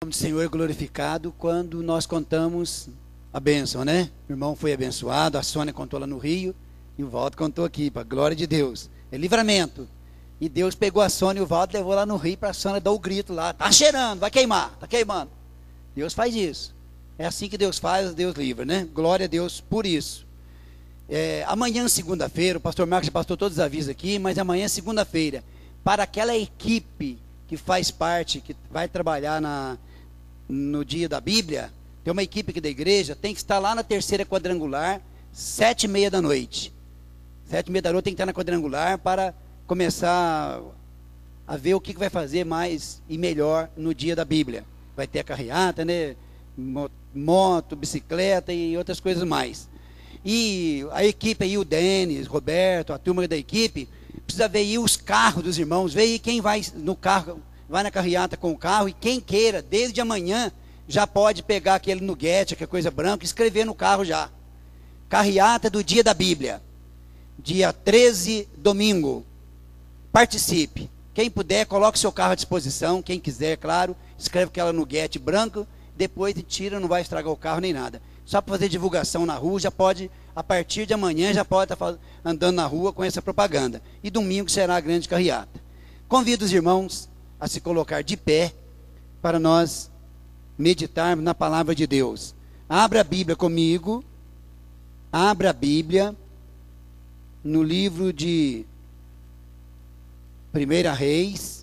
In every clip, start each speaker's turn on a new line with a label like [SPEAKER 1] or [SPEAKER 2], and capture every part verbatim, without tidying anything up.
[SPEAKER 1] nome do Senhor é glorificado quando nós contamos a bênção, né? O irmão foi abençoado, a Sônia contou lá no Rio, e o Valdo contou aqui, para a glória de Deus. É livramento. E Deus pegou a Sônia e o Valdo levou lá no Rio para a Sônia dar o grito lá. Tá cheirando, vai queimar, tá queimando. Deus faz isso. É assim que Deus faz, Deus livra, né? Glória a Deus por isso. É, amanhã, segunda-feira, o pastor Marcos já passou todos os avisos aqui, mas amanhã, segunda-feira, para aquela equipe que faz parte, que vai trabalhar na, no dia da Bíblia, tem uma equipe aqui da igreja, tem que estar lá na terceira quadrangular, sete e meia da noite. Sete e meia da noite tem que estar na quadrangular para começar a ver o que vai fazer mais e melhor no dia da Bíblia. Vai ter a carreata, né? Moto, bicicleta e outras coisas mais. E a equipe aí, o Denis, Roberto, a turma da equipe, precisa ver aí os carros dos irmãos, ver aí quem vai no carro, vai na carreata com o carro, e quem queira, desde amanhã, já pode pegar aquele nuguete, aquela coisa branca, e escrever no carro já. Carreata do dia da Bíblia, dia treze, domingo. Participe. Quem puder, coloque seu carro à disposição, quem quiser, claro, escreve aquela nuguete branco, depois tira, não vai estragar o carro nem nada. Só para fazer divulgação na rua, já pode, a partir de amanhã, já pode estar andando na rua com essa propaganda. E domingo será a grande carreata. Convido os irmãos a se colocar de pé para nós meditarmos na palavra de Deus. Abra a Bíblia comigo. Abra a Bíblia no livro de Primeira Reis.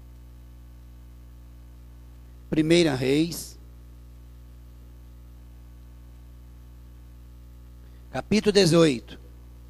[SPEAKER 1] Primeira Reis. Capítulo dezoito.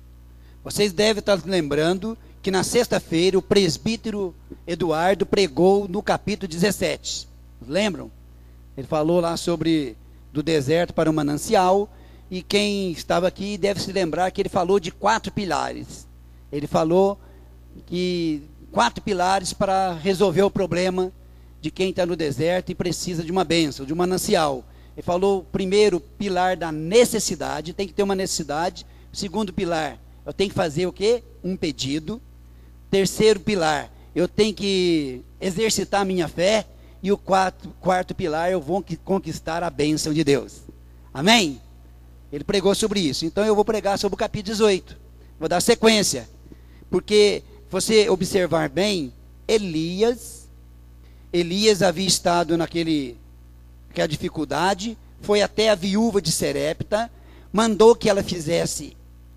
[SPEAKER 1] Vocês devem estar lembrando que na sexta-feira o presbítero Eduardo pregou no capítulo dezessete. Lembram? Ele falou lá sobre do deserto para o manancial. E quem estava aqui deve se lembrar que ele falou de quatro pilares. Ele falou que quatro pilares para resolver o problema de quem está no deserto e precisa de uma bênção, de um manancial. Ele falou, primeiro, pilar da necessidade, tem que ter uma necessidade. Segundo pilar, eu tenho que fazer o quê? Um pedido. Terceiro pilar, eu tenho que exercitar a minha fé. E o quarto, quarto pilar, eu vou conquistar a bênção de Deus. Amém? Ele pregou sobre isso. Então eu vou pregar sobre o capítulo dezoito. Vou dar sequência. Porque, se você observar bem, Elias, Elias havia estado naquele... que a dificuldade, foi até a viúva de Serepta, mandou que ela fizesse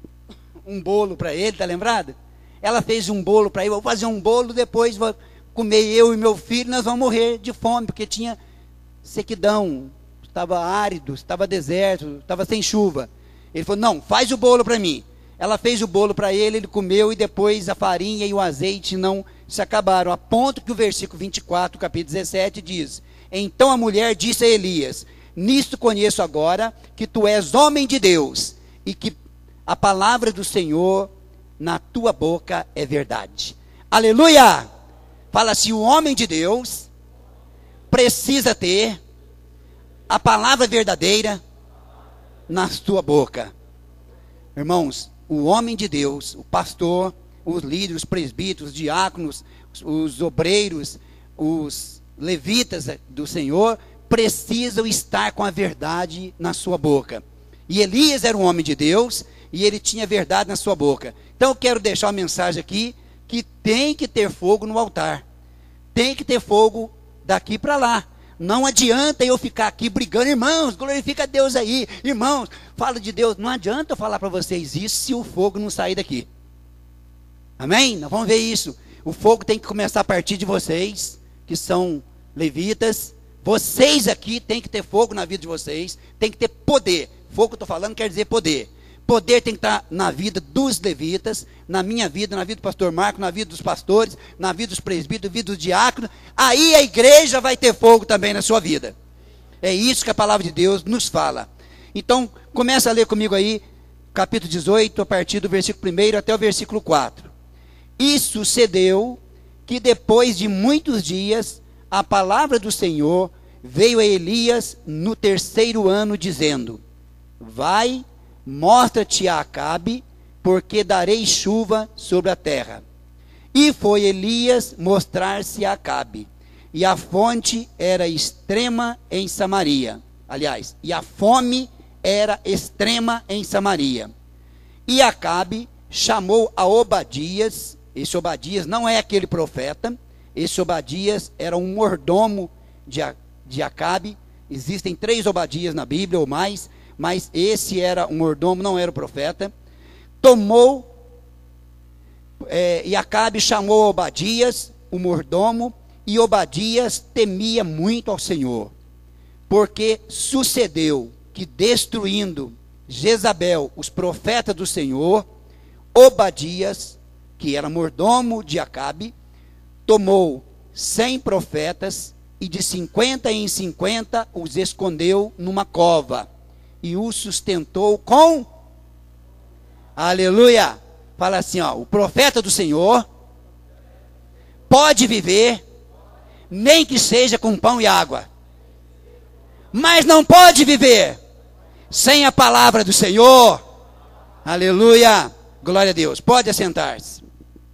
[SPEAKER 1] um bolo para ele, tá lembrado? Ela fez um bolo para ele, vou fazer um bolo, depois vou comer eu e meu filho, nós vamos morrer de fome, porque tinha sequidão, estava árido, estava deserto, estava sem chuva. Ele falou, não, faz o bolo para mim. Ela fez o bolo para ele, ele comeu, e depois a farinha e o azeite não se acabaram, a ponto que o versículo vinte e quatro, capítulo dezessete, diz... Então a mulher disse a Elias, nisto conheço agora que tu és homem de Deus, e que a palavra do Senhor na tua boca é verdade. Aleluia! Fala assim, o homem de Deus precisa ter a palavra verdadeira na tua boca. Irmãos, o homem de Deus, o pastor, os líderes, os presbíteros, os diáconos, os obreiros, os levitas do Senhor, precisam estar com a verdade na sua boca. E Elias era um homem de Deus, e ele tinha verdade na sua boca. Então eu quero deixar uma mensagem aqui, que tem que ter fogo no altar. Tem que ter fogo daqui para lá. Não adianta eu ficar aqui brigando, irmãos, glorifica a Deus aí, irmãos, fala de Deus. Não adianta eu falar para vocês isso se o fogo não sair daqui. Amém? Nós vamos ver isso. O fogo tem que começar a partir de vocês, que são levitas. Vocês aqui tem que ter fogo na vida de vocês, tem que ter poder. Fogo que eu estou falando quer dizer poder. Poder tem que estar na vida dos levitas, na minha vida, na vida do pastor Marco, na vida dos pastores, na vida dos presbíteros, na vida dos diáconos. Aí a igreja vai ter fogo também na sua vida. É isso que a palavra de Deus nos fala. Então, começa a ler comigo aí, capítulo dezoito, a partir do versículo primeiro até o versículo quatro. E sucedeu que depois de muitos dias, a palavra do Senhor veio a Elias no terceiro ano, dizendo: vai, mostra-te a Acabe, porque darei chuva sobre a terra. E foi Elias mostrar-se a Acabe. e a fonte era extrema em Samaria. Aliás, e a fome era extrema em Samaria. E Acabe chamou a Obadias. Esse Obadias não é aquele profeta. Esse Obadias era um mordomo de, de Acabe. Existem três Obadias na Bíblia ou mais, mas esse era um mordomo, não era o profeta. Tomou, é, e Acabe chamou Obadias, o mordomo, e Obadias temia muito ao Senhor, porque sucedeu que, destruindo Jezabel, os profetas do Senhor, Obadias, que era mordomo de Acabe, tomou cem profetas e de cinquenta em cinquenta os escondeu numa cova e os sustentou com, aleluia, fala assim, ó, o profeta do Senhor pode viver, nem que seja com pão e água, mas não pode viver sem a palavra do Senhor. Aleluia, glória a Deus. Pode assentar-se.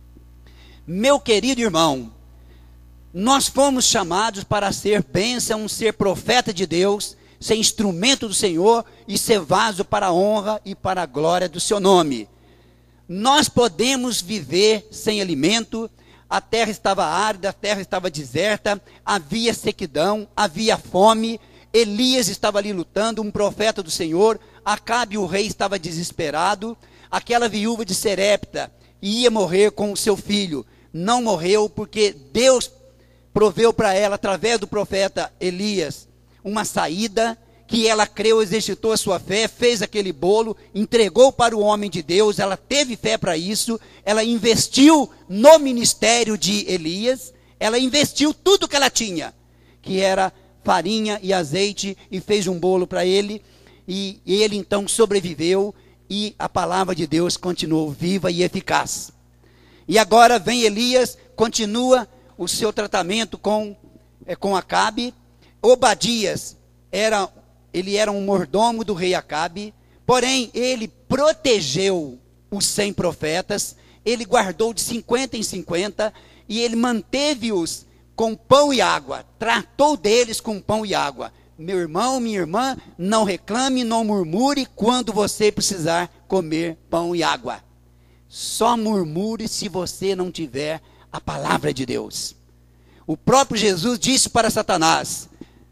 [SPEAKER 1] Meu querido irmão, nós fomos chamados para ser bênção, ser profeta de Deus, ser instrumento do Senhor e ser vaso para a honra e para a glória do seu nome. Nós podemos viver sem alimento. A terra estava árida, a terra estava deserta, havia sequidão, havia fome. Elias estava ali lutando, um profeta do Senhor. Acabe, o rei, estava desesperado. Aquela viúva de Serepta ia morrer com o seu filho. Não morreu porque Deus proveu para ela, através do profeta Elias, uma saída, que ela creu, exercitou a sua fé, fez aquele bolo, entregou para o homem de Deus. Ela teve fé para isso, ela investiu no ministério de Elias, ela investiu tudo que ela tinha, que era farinha e azeite, e fez um bolo para ele, e ele então sobreviveu, e a palavra de Deus continuou viva e eficaz. E agora vem Elias, continua o seu tratamento com, é, com Acabe. Obadias era... ele era um mordomo do rei Acabe, porém ele protegeu os cem profetas, ele guardou de cinquenta em cinquenta, e ele manteve-os com pão e água, tratou deles com pão e água. Meu irmão, minha irmã, não reclame, não murmure quando você precisar comer pão e água. Só murmure se você não tiver a palavra de Deus. O próprio Jesus disse para Satanás: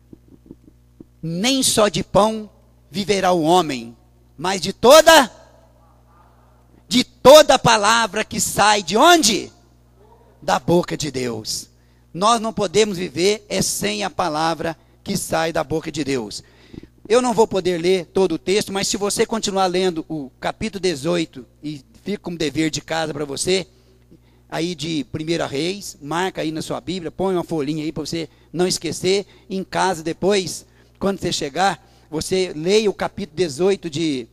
[SPEAKER 1] nem só de pão viverá o homem, mas de toda, de toda palavra que sai de onde? Da boca de Deus. Nós não podemos viver é sem a palavra que sai da boca de Deus. Eu não vou poder ler todo o texto, mas se você continuar lendo o capítulo dezoito, e fica como dever de casa para você, aí de Primeira Reis, marca aí na sua Bíblia, põe uma folhinha aí para você não esquecer, em casa depois, quando você chegar, você leia o capítulo dezoito de,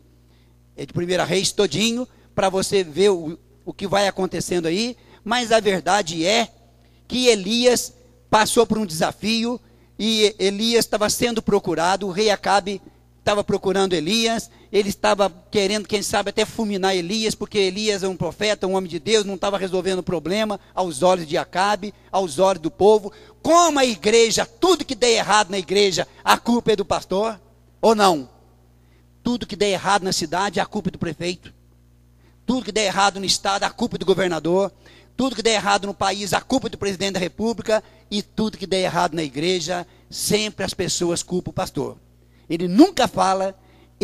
[SPEAKER 1] de Primeira Reis todinho, para você ver o, o que vai acontecendo aí. Mas a verdade é que Elias passou por um desafio, e Elias estava sendo procurado. O rei Acabe estava procurando Elias, ele estava querendo, quem sabe, até fulminar Elias, porque Elias é um profeta, um homem de Deus, não estava resolvendo o problema aos olhos de Acabe, aos olhos do povo. Como a igreja, tudo que der errado na igreja, a culpa é do pastor, ou não? Tudo que der errado na cidade, a culpa é do prefeito. Tudo que der errado no estado, a culpa é do governador. Tudo que der errado no país, a culpa é do presidente da república. E tudo que der errado na igreja, sempre as pessoas culpam o pastor. Ele nunca fala: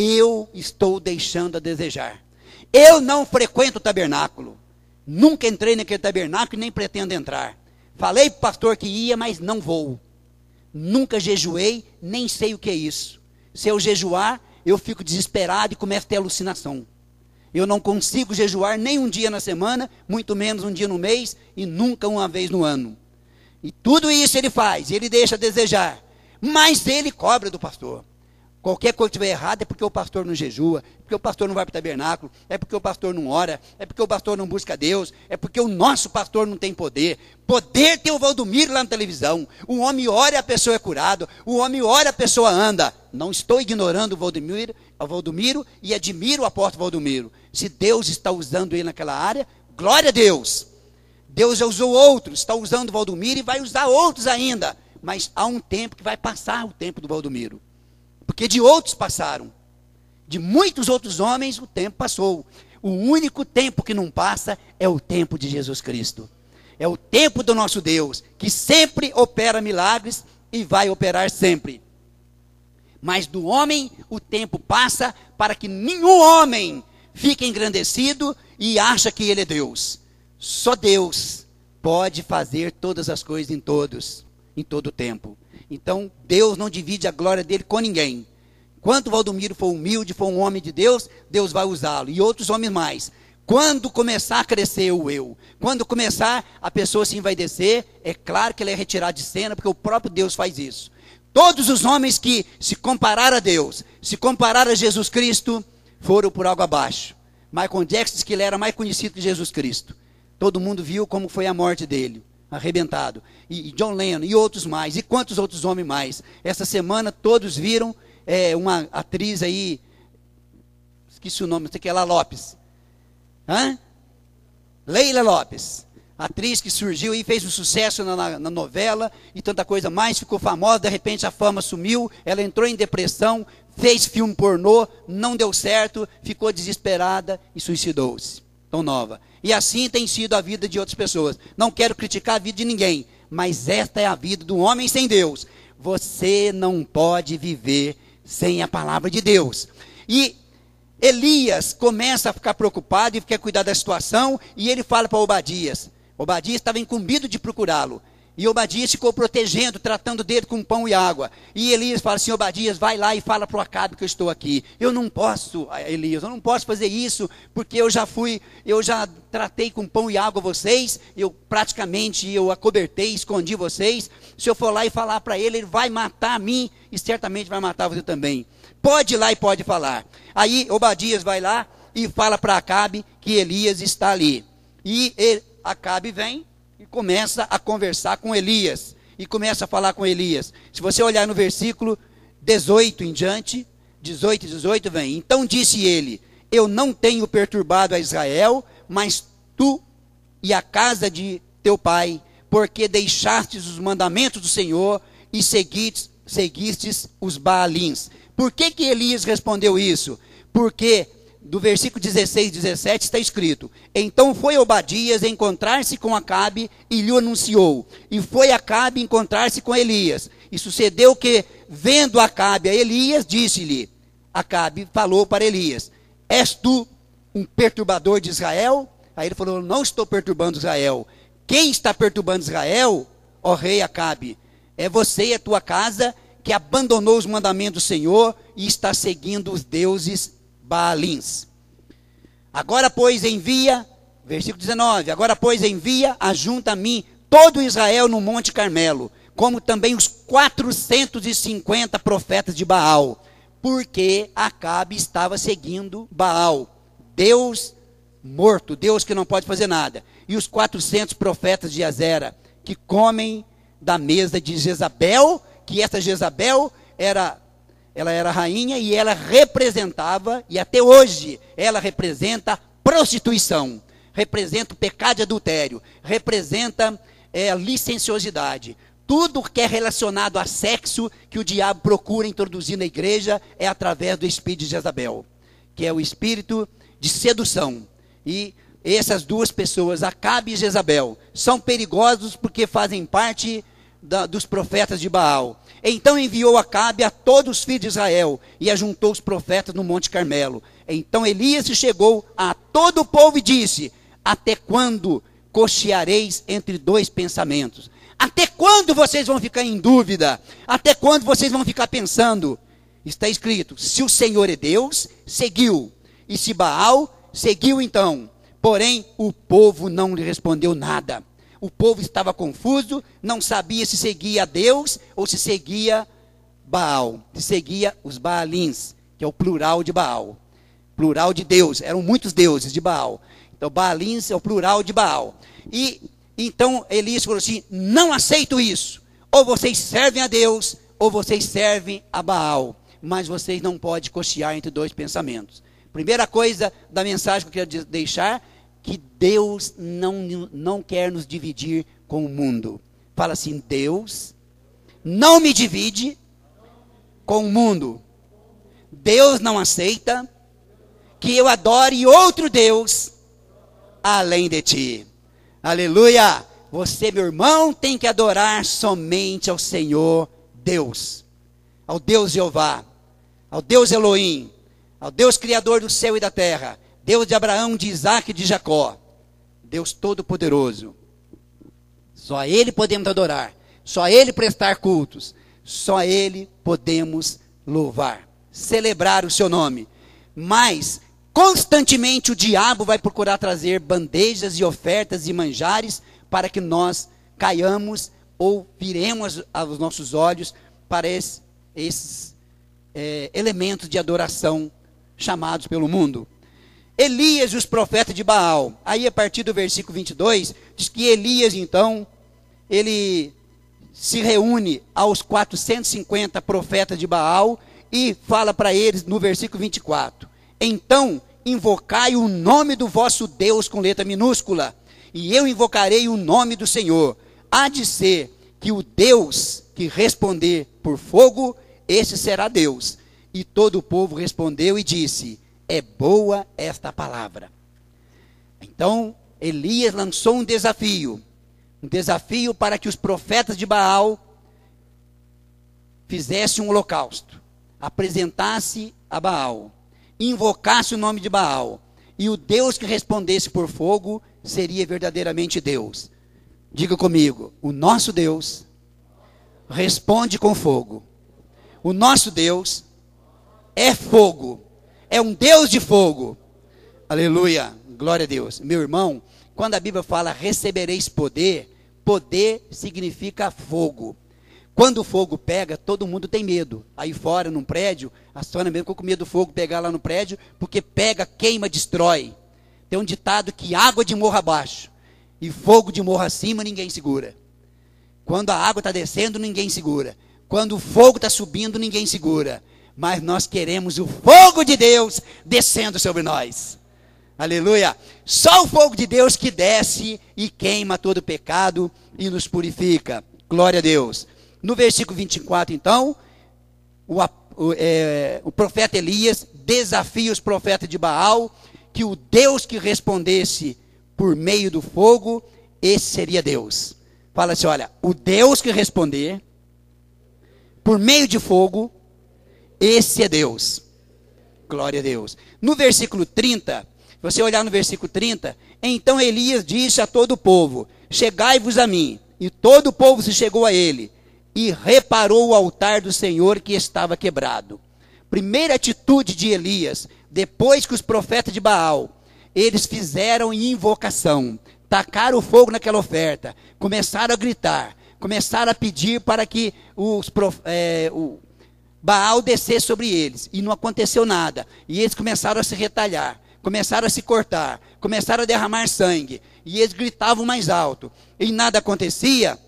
[SPEAKER 1] eu estou deixando a desejar. Eu não frequento o tabernáculo. Nunca entrei naquele tabernáculo e nem pretendo entrar. Falei para o pastor que ia, mas não vou. Nunca jejuei, nem sei o que é isso. Se eu jejuar, eu fico desesperado e começo a ter alucinação. Eu não consigo jejuar nem um dia na semana, muito menos um dia no mês, e nunca uma vez no ano. E tudo isso ele faz, ele deixa a desejar. Mas ele cobra do pastor. Qualquer coisa que estiver errada é porque o pastor não jejua, é porque o pastor não vai para o tabernáculo, é porque o pastor não ora, é porque o pastor não busca Deus, é porque o nosso pastor não tem poder. Poder tem o Valdomiro lá na televisão. O homem ora e a pessoa é curado, o homem ora e a pessoa anda. Não estou ignorando o Valdomiro, o Valdomiro e admiro o apóstolo Valdomiro. Se Deus está usando ele naquela área, glória a Deus. Deus já usou outros, está usando o Valdomiro e vai usar outros ainda. Mas há um tempo que vai passar o tempo do Valdomiro. Porque de outros passaram. De muitos outros homens o tempo passou. O único tempo que não passa é o tempo de Jesus Cristo. É o tempo do nosso Deus, que sempre opera milagres e vai operar sempre. Mas do homem o tempo passa para que nenhum homem fique engrandecido e acha que ele é Deus. Só Deus pode fazer todas as coisas em todos, em todo o tempo. Então Deus não divide a glória dele com ninguém. Quando o Valdomiro for humilde, for um homem de Deus, Deus vai usá-lo. E outros homens mais. Quando começar a crescer o eu, quando começar a pessoa se envaidecer, é claro que ele é retirado de cena, porque o próprio Deus faz isso. Todos os homens que se compararam a Deus, se compararam a Jesus Cristo, foram por água abaixo. Michael Jackson disse que ele era mais conhecido que Jesus Cristo. Todo mundo viu como foi a morte dele, arrebentado. E, e John Lennon, e outros mais, e quantos outros homens mais. Essa semana todos viram é, uma atriz aí, esqueci o nome, não sei o que, Leila Lopes. Hã? Leila Lopes. Atriz que surgiu e fez um sucesso na, na, na novela e tanta coisa mais, ficou famosa, de repente a fama sumiu, ela entrou em depressão, fez filme pornô, não deu certo, ficou desesperada e suicidou-se. Tão nova. E assim tem sido a vida de outras pessoas. Não quero criticar a vida de ninguém, mas esta é a vida do homem sem Deus. Você não pode viver sem a palavra de Deus. E Elias começa a ficar preocupado e quer cuidar da situação, e ele fala para Obadias. Obadias estava incumbido de procurá-lo. E Obadias ficou protegendo, tratando dele com pão e água. E Elias fala assim, Obadias, vai lá e fala para o Acabe que eu estou aqui. Eu não posso, Elias, eu não posso fazer isso, porque eu já fui, eu já tratei com pão e água vocês, eu praticamente, eu acobertei, escondi vocês. Se eu for lá e falar para ele, ele vai matar a mim e certamente vai matar você também. Pode ir lá e pode falar. Aí Obadias vai lá e fala para Acabe que Elias está ali. E ele, Acabe vem e começa a conversar com Elias. E começa a falar com Elias. Se você olhar no versículo dezoito em diante, dezoito e dezoito vem. Então disse ele, eu não tenho perturbado a Israel, mas tu e a casa de teu pai, porque deixastes os mandamentos do Senhor e seguistes, seguistes os Baalins. Por que que Elias respondeu isso? Porque do versículo dezesseis, dezessete está escrito, então foi Obadias encontrar-se com Acabe e lhe anunciou, e foi Acabe encontrar-se com Elias, e sucedeu que, vendo Acabe a Elias, disse-lhe, Acabe falou para Elias, és tu um perturbador de Israel? Aí ele falou, não estou perturbando Israel. Quem está perturbando Israel, ó rei Acabe? É você e a tua casa, que abandonou os mandamentos do Senhor e está seguindo os deuses Baalins. Agora, pois, envia, versículo dezenove, agora, pois, envia, ajunta a mim todo Israel no Monte Carmelo, como também os quatrocentos e cinquenta profetas de Baal, porque Acabe estava seguindo Baal, Deus morto, Deus que não pode fazer nada, e os quatrocentos profetas de Azera, que comem da mesa de Jezabel, que essa Jezabel era, ela era rainha e ela representava, e até hoje, ela representa prostituição, representa o pecado de adultério, representa é, licenciosidade. Tudo que é relacionado a sexo que o diabo procura introduzir na igreja é através do espírito de Jezabel, que é o espírito de sedução. E essas duas pessoas, Acabe e Jezabel, são perigosos porque fazem parte da, dos profetas de Baal. Então enviou Acabe a todos os filhos de Israel e ajuntou os profetas no Monte Carmelo. Então Elias chegou a todo o povo e disse, até quando cocheareis entre dois pensamentos? Até quando vocês vão ficar em dúvida? Até quando vocês vão ficar pensando? Está escrito, se o Senhor é Deus, seguiu. E se Baal, seguiu então. Porém, o povo não lhe respondeu nada. O povo estava confuso, não sabia se seguia a Deus ou se seguia Baal. Se seguia os Baalins, que é o plural de Baal. Plural de Deus, eram muitos deuses de Baal. Então, Baalins é o plural de Baal. E então Elias falou assim, não aceito isso. Ou vocês servem a Deus, ou vocês servem a Baal. Mas vocês não podem cochear entre dois pensamentos. Primeira coisa da mensagem que eu quero deixar, que Deus não, não quer nos dividir com o mundo. Fala assim: Deus não me divide com o mundo. Deus não aceita que eu adore outro Deus além de ti. Aleluia! Você, meu irmão, tem que adorar somente ao Senhor Deus, ao Deus Jeová, ao Deus Elohim, ao Deus Criador do céu e da terra, Deus de Abraão, de Isaac e de Jacó, Deus Todo-Poderoso. Só a Ele podemos adorar, só a Ele prestar cultos, só a Ele podemos louvar, celebrar o seu nome. Mas constantemente o diabo vai procurar trazer bandejas e ofertas e manjares para que nós caiamos ou viremos os nossos olhos para esses, esses é, elementos de adoração chamados pelo mundo. Elias e os profetas de Baal. Aí a partir do versículo vinte e dois, diz que Elias então, ele se reúne aos quatrocentos e cinquenta profetas de Baal e fala para eles no versículo vinte e quatro: então invocai o nome do vosso Deus com letra minúscula, e eu invocarei o nome do Senhor. Há de ser que o Deus que responder por fogo, esse será Deus. E todo o povo respondeu e disse: é boa esta palavra. Então Elias lançou um desafio, um desafio para que os profetas de Baal fizessem um holocausto, apresentasse a Baal, invocasse o nome de Baal, e o Deus que respondesse por fogo seria verdadeiramente Deus. Diga comigo: o nosso Deus responde com fogo. O nosso Deus é fogo, é um Deus de fogo. Aleluia, glória a Deus. Meu irmão, quando a Bíblia fala recebereis poder, poder significa fogo. Quando o fogo pega, todo mundo tem medo. Aí fora, num prédio, a Sônia mesmo ficou com medo do fogo pegar lá no prédio, porque pega, queima, destrói. Tem um ditado que água de morro abaixo e fogo de morro acima ninguém segura. Quando a água está descendo, ninguém segura. Quando o fogo está subindo, ninguém segura. Mas nós queremos o fogo de Deus descendo sobre nós. Aleluia! Só o fogo de Deus que desce e queima todo o pecado e nos purifica. Glória a Deus. No versículo vinte e quatro, então, o, o, é, o profeta Elias desafia os profetas de Baal que o Deus que respondesse por meio do fogo, esse seria Deus. Fala assim: olha, o Deus que responder por meio de fogo, esse é Deus. Glória a Deus. No versículo trinta, você olhar no versículo trinta, então Elias disse a todo o povo: chegai-vos a mim. E todo o povo se chegou a ele, e reparou o altar do Senhor que estava quebrado. Primeira atitude de Elias, depois que os profetas de Baal, eles fizeram invocação, tacaram o fogo naquela oferta, começaram a gritar, começaram a pedir para que os, é, o Baal descesse sobre eles, e não aconteceu nada, e eles começaram a se retalhar, começaram a se cortar, começaram a derramar sangue, e eles gritavam mais alto, e nada acontecia.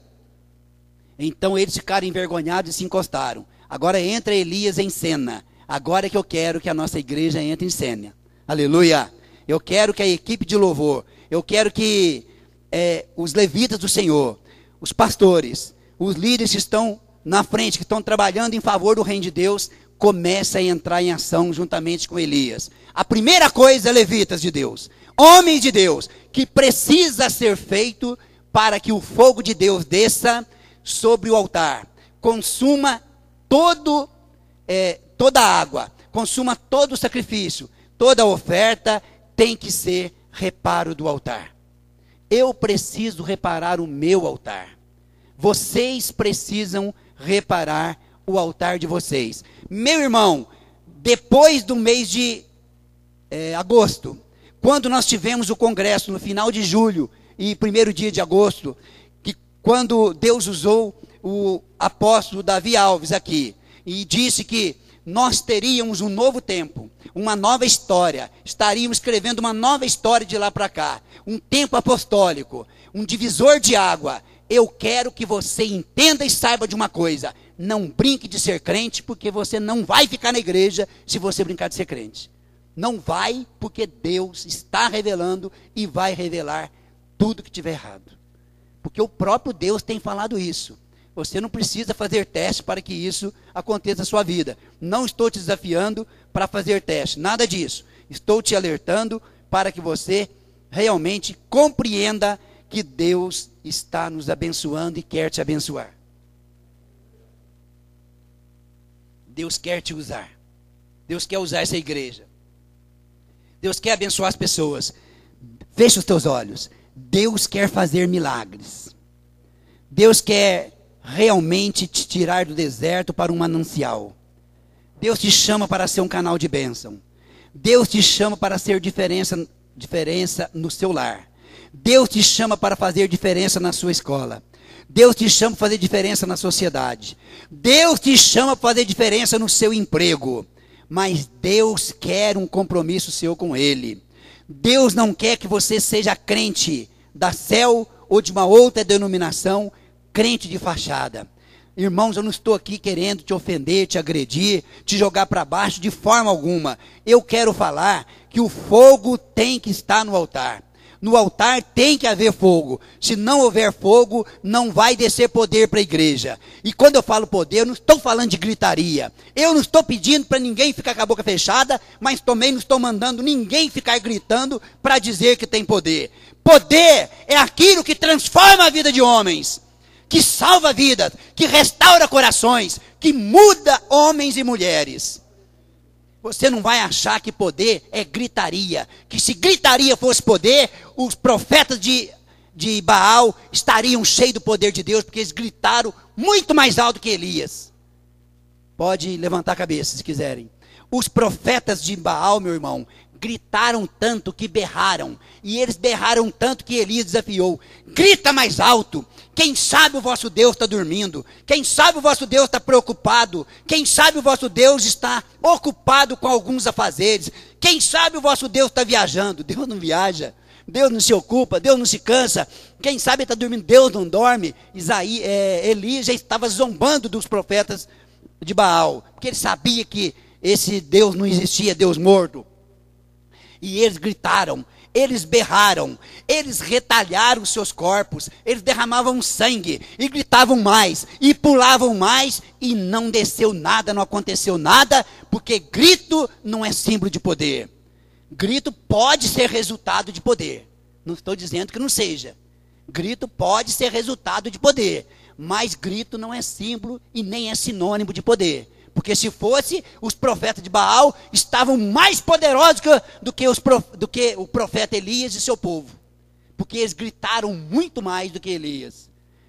[SPEAKER 1] Então eles ficaram envergonhados e se encostaram. Agora entra Elias em cena. Agora é que eu quero que a nossa igreja entre em cena. Aleluia. Eu quero que a equipe de louvor, eu quero que é, os levitas do Senhor, os pastores, os líderes que estão na frente, que estão trabalhando em favor do reino de Deus, comecem a entrar em ação juntamente com Elias. A primeira coisa, levitas de Deus, homens de Deus, que precisa ser feito para que o fogo de Deus desça sobre o altar, consuma todo, é, toda a água, consuma todo o sacrifício, toda a oferta tem que ser reparo do altar. Eu preciso reparar o meu altar. Vocês precisam reparar o altar de vocês. Meu irmão, depois do mês de é, agosto, quando nós tivemos o congresso no final de julho e primeiro dia de agosto, que quando Deus usou o apóstolo Davi Alves aqui e disse que nós teríamos um novo tempo, uma nova história, estaríamos escrevendo uma nova história de lá para cá, um tempo apostólico, um divisor de água. Eu quero que você entenda e saiba de uma coisa: não brinque de ser crente, porque você não vai ficar na igreja se você brincar de ser crente. Não vai, porque Deus está revelando e vai revelar tudo que tiver errado. Porque o próprio Deus tem falado isso. Você não precisa fazer teste para que isso aconteça na sua vida. Não estou te desafiando para fazer teste, nada disso. Estou te alertando para que você realmente compreenda que Deus está nos abençoando e quer te abençoar. Deus quer te usar. Deus quer usar essa igreja. Deus quer abençoar as pessoas. Feche os teus olhos. Deus quer fazer milagres. Deus quer realmente te tirar do deserto para um manancial. Deus te chama para ser um canal de bênção. Deus te chama para ser diferença, diferença no seu lar. Deus te chama para fazer diferença na sua escola. Deus te chama para fazer diferença na sociedade. Deus te chama para fazer diferença no seu emprego. Mas Deus quer um compromisso seu com Ele. Deus não quer que você seja crente da céu ou de uma outra denominação, crente de fachada. Irmãos, eu não estou aqui querendo te ofender, te agredir, te jogar para baixo de forma alguma. Eu quero falar que o fogo tem que estar no altar. No altar tem que haver fogo. Se não houver fogo, não vai descer poder para a igreja. E quando eu falo poder, eu não estou falando de gritaria. Eu não estou pedindo para ninguém ficar com a boca fechada, mas também não estou mandando ninguém ficar gritando para dizer que tem poder. Poder é aquilo que transforma a vida de homens, que salva vidas, que restaura corações, que muda homens e mulheres. Você não vai achar que poder é gritaria. Que se gritaria fosse poder, os profetas de, de Baal estariam cheios do poder de Deus, porque eles gritaram muito mais alto que Elias. Pode levantar a cabeça se quiserem. Os profetas de Baal, meu irmão, gritaram tanto que berraram. E eles berraram tanto que Elias desafiou. Grita mais alto. Quem sabe o vosso Deus está dormindo. Quem sabe o vosso Deus está preocupado. Quem sabe o vosso Deus está ocupado com alguns afazeres. Quem sabe o vosso Deus está viajando. Deus não viaja. Deus não se ocupa. Deus não se cansa. Quem sabe está dormindo. Deus não dorme. Isaí, é, Elias já estava zombando dos profetas de Baal. Porque ele sabia que esse Deus não existia, Deus morto. E eles gritaram, eles berraram, eles retalharam os seus corpos, eles derramavam sangue, e gritavam mais, e pulavam mais, e não desceu nada, não aconteceu nada, porque grito não é símbolo de poder. Grito pode ser resultado de poder. Não estou dizendo que não seja. Grito pode ser resultado de poder, mas grito não é símbolo e nem é sinônimo de poder. Porque se fosse, os profetas de Baal estavam mais poderosos que, do, que os, do que o profeta Elias e seu povo. Porque eles gritaram muito mais do que Elias.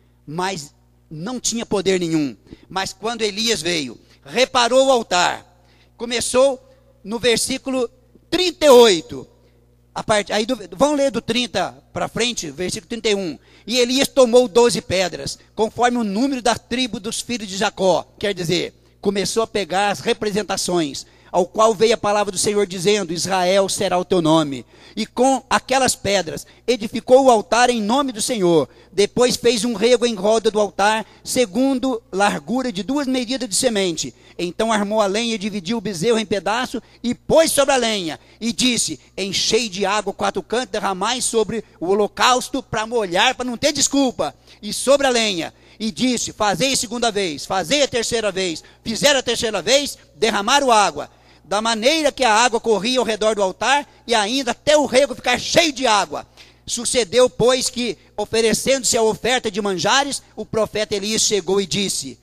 [SPEAKER 1] Mas não tinha poder nenhum. Mas quando Elias veio, reparou o altar. Começou no versículo trinta e oito. A parte, aí do, vamos ler do trinta para frente, versículo trinta e um. E Elias tomou doze pedras, conforme o número da tribo dos filhos de Jacó. Quer dizer, começou a pegar as representações, ao qual veio a palavra do Senhor dizendo, Israel será o teu nome. E com aquelas pedras edificou o altar em nome do Senhor. Depois fez um rego em roda do altar, segundo largura de duas medidas de semente. Então armou a lenha e dividiu o bezerro em pedaços e pôs sobre a lenha. E disse, enchei de água quatro cantos, derramai sobre o holocausto para molhar, para não ter desculpa. E sobre a lenha. E disse, fazei a segunda vez, fazei a terceira vez. Fizeram a terceira vez, derramaram água. Da maneira que a água corria ao redor do altar, e ainda até o rego ficar cheio de água. Sucedeu, pois, que, oferecendo-se a oferta de manjares, o profeta Elias chegou e disse,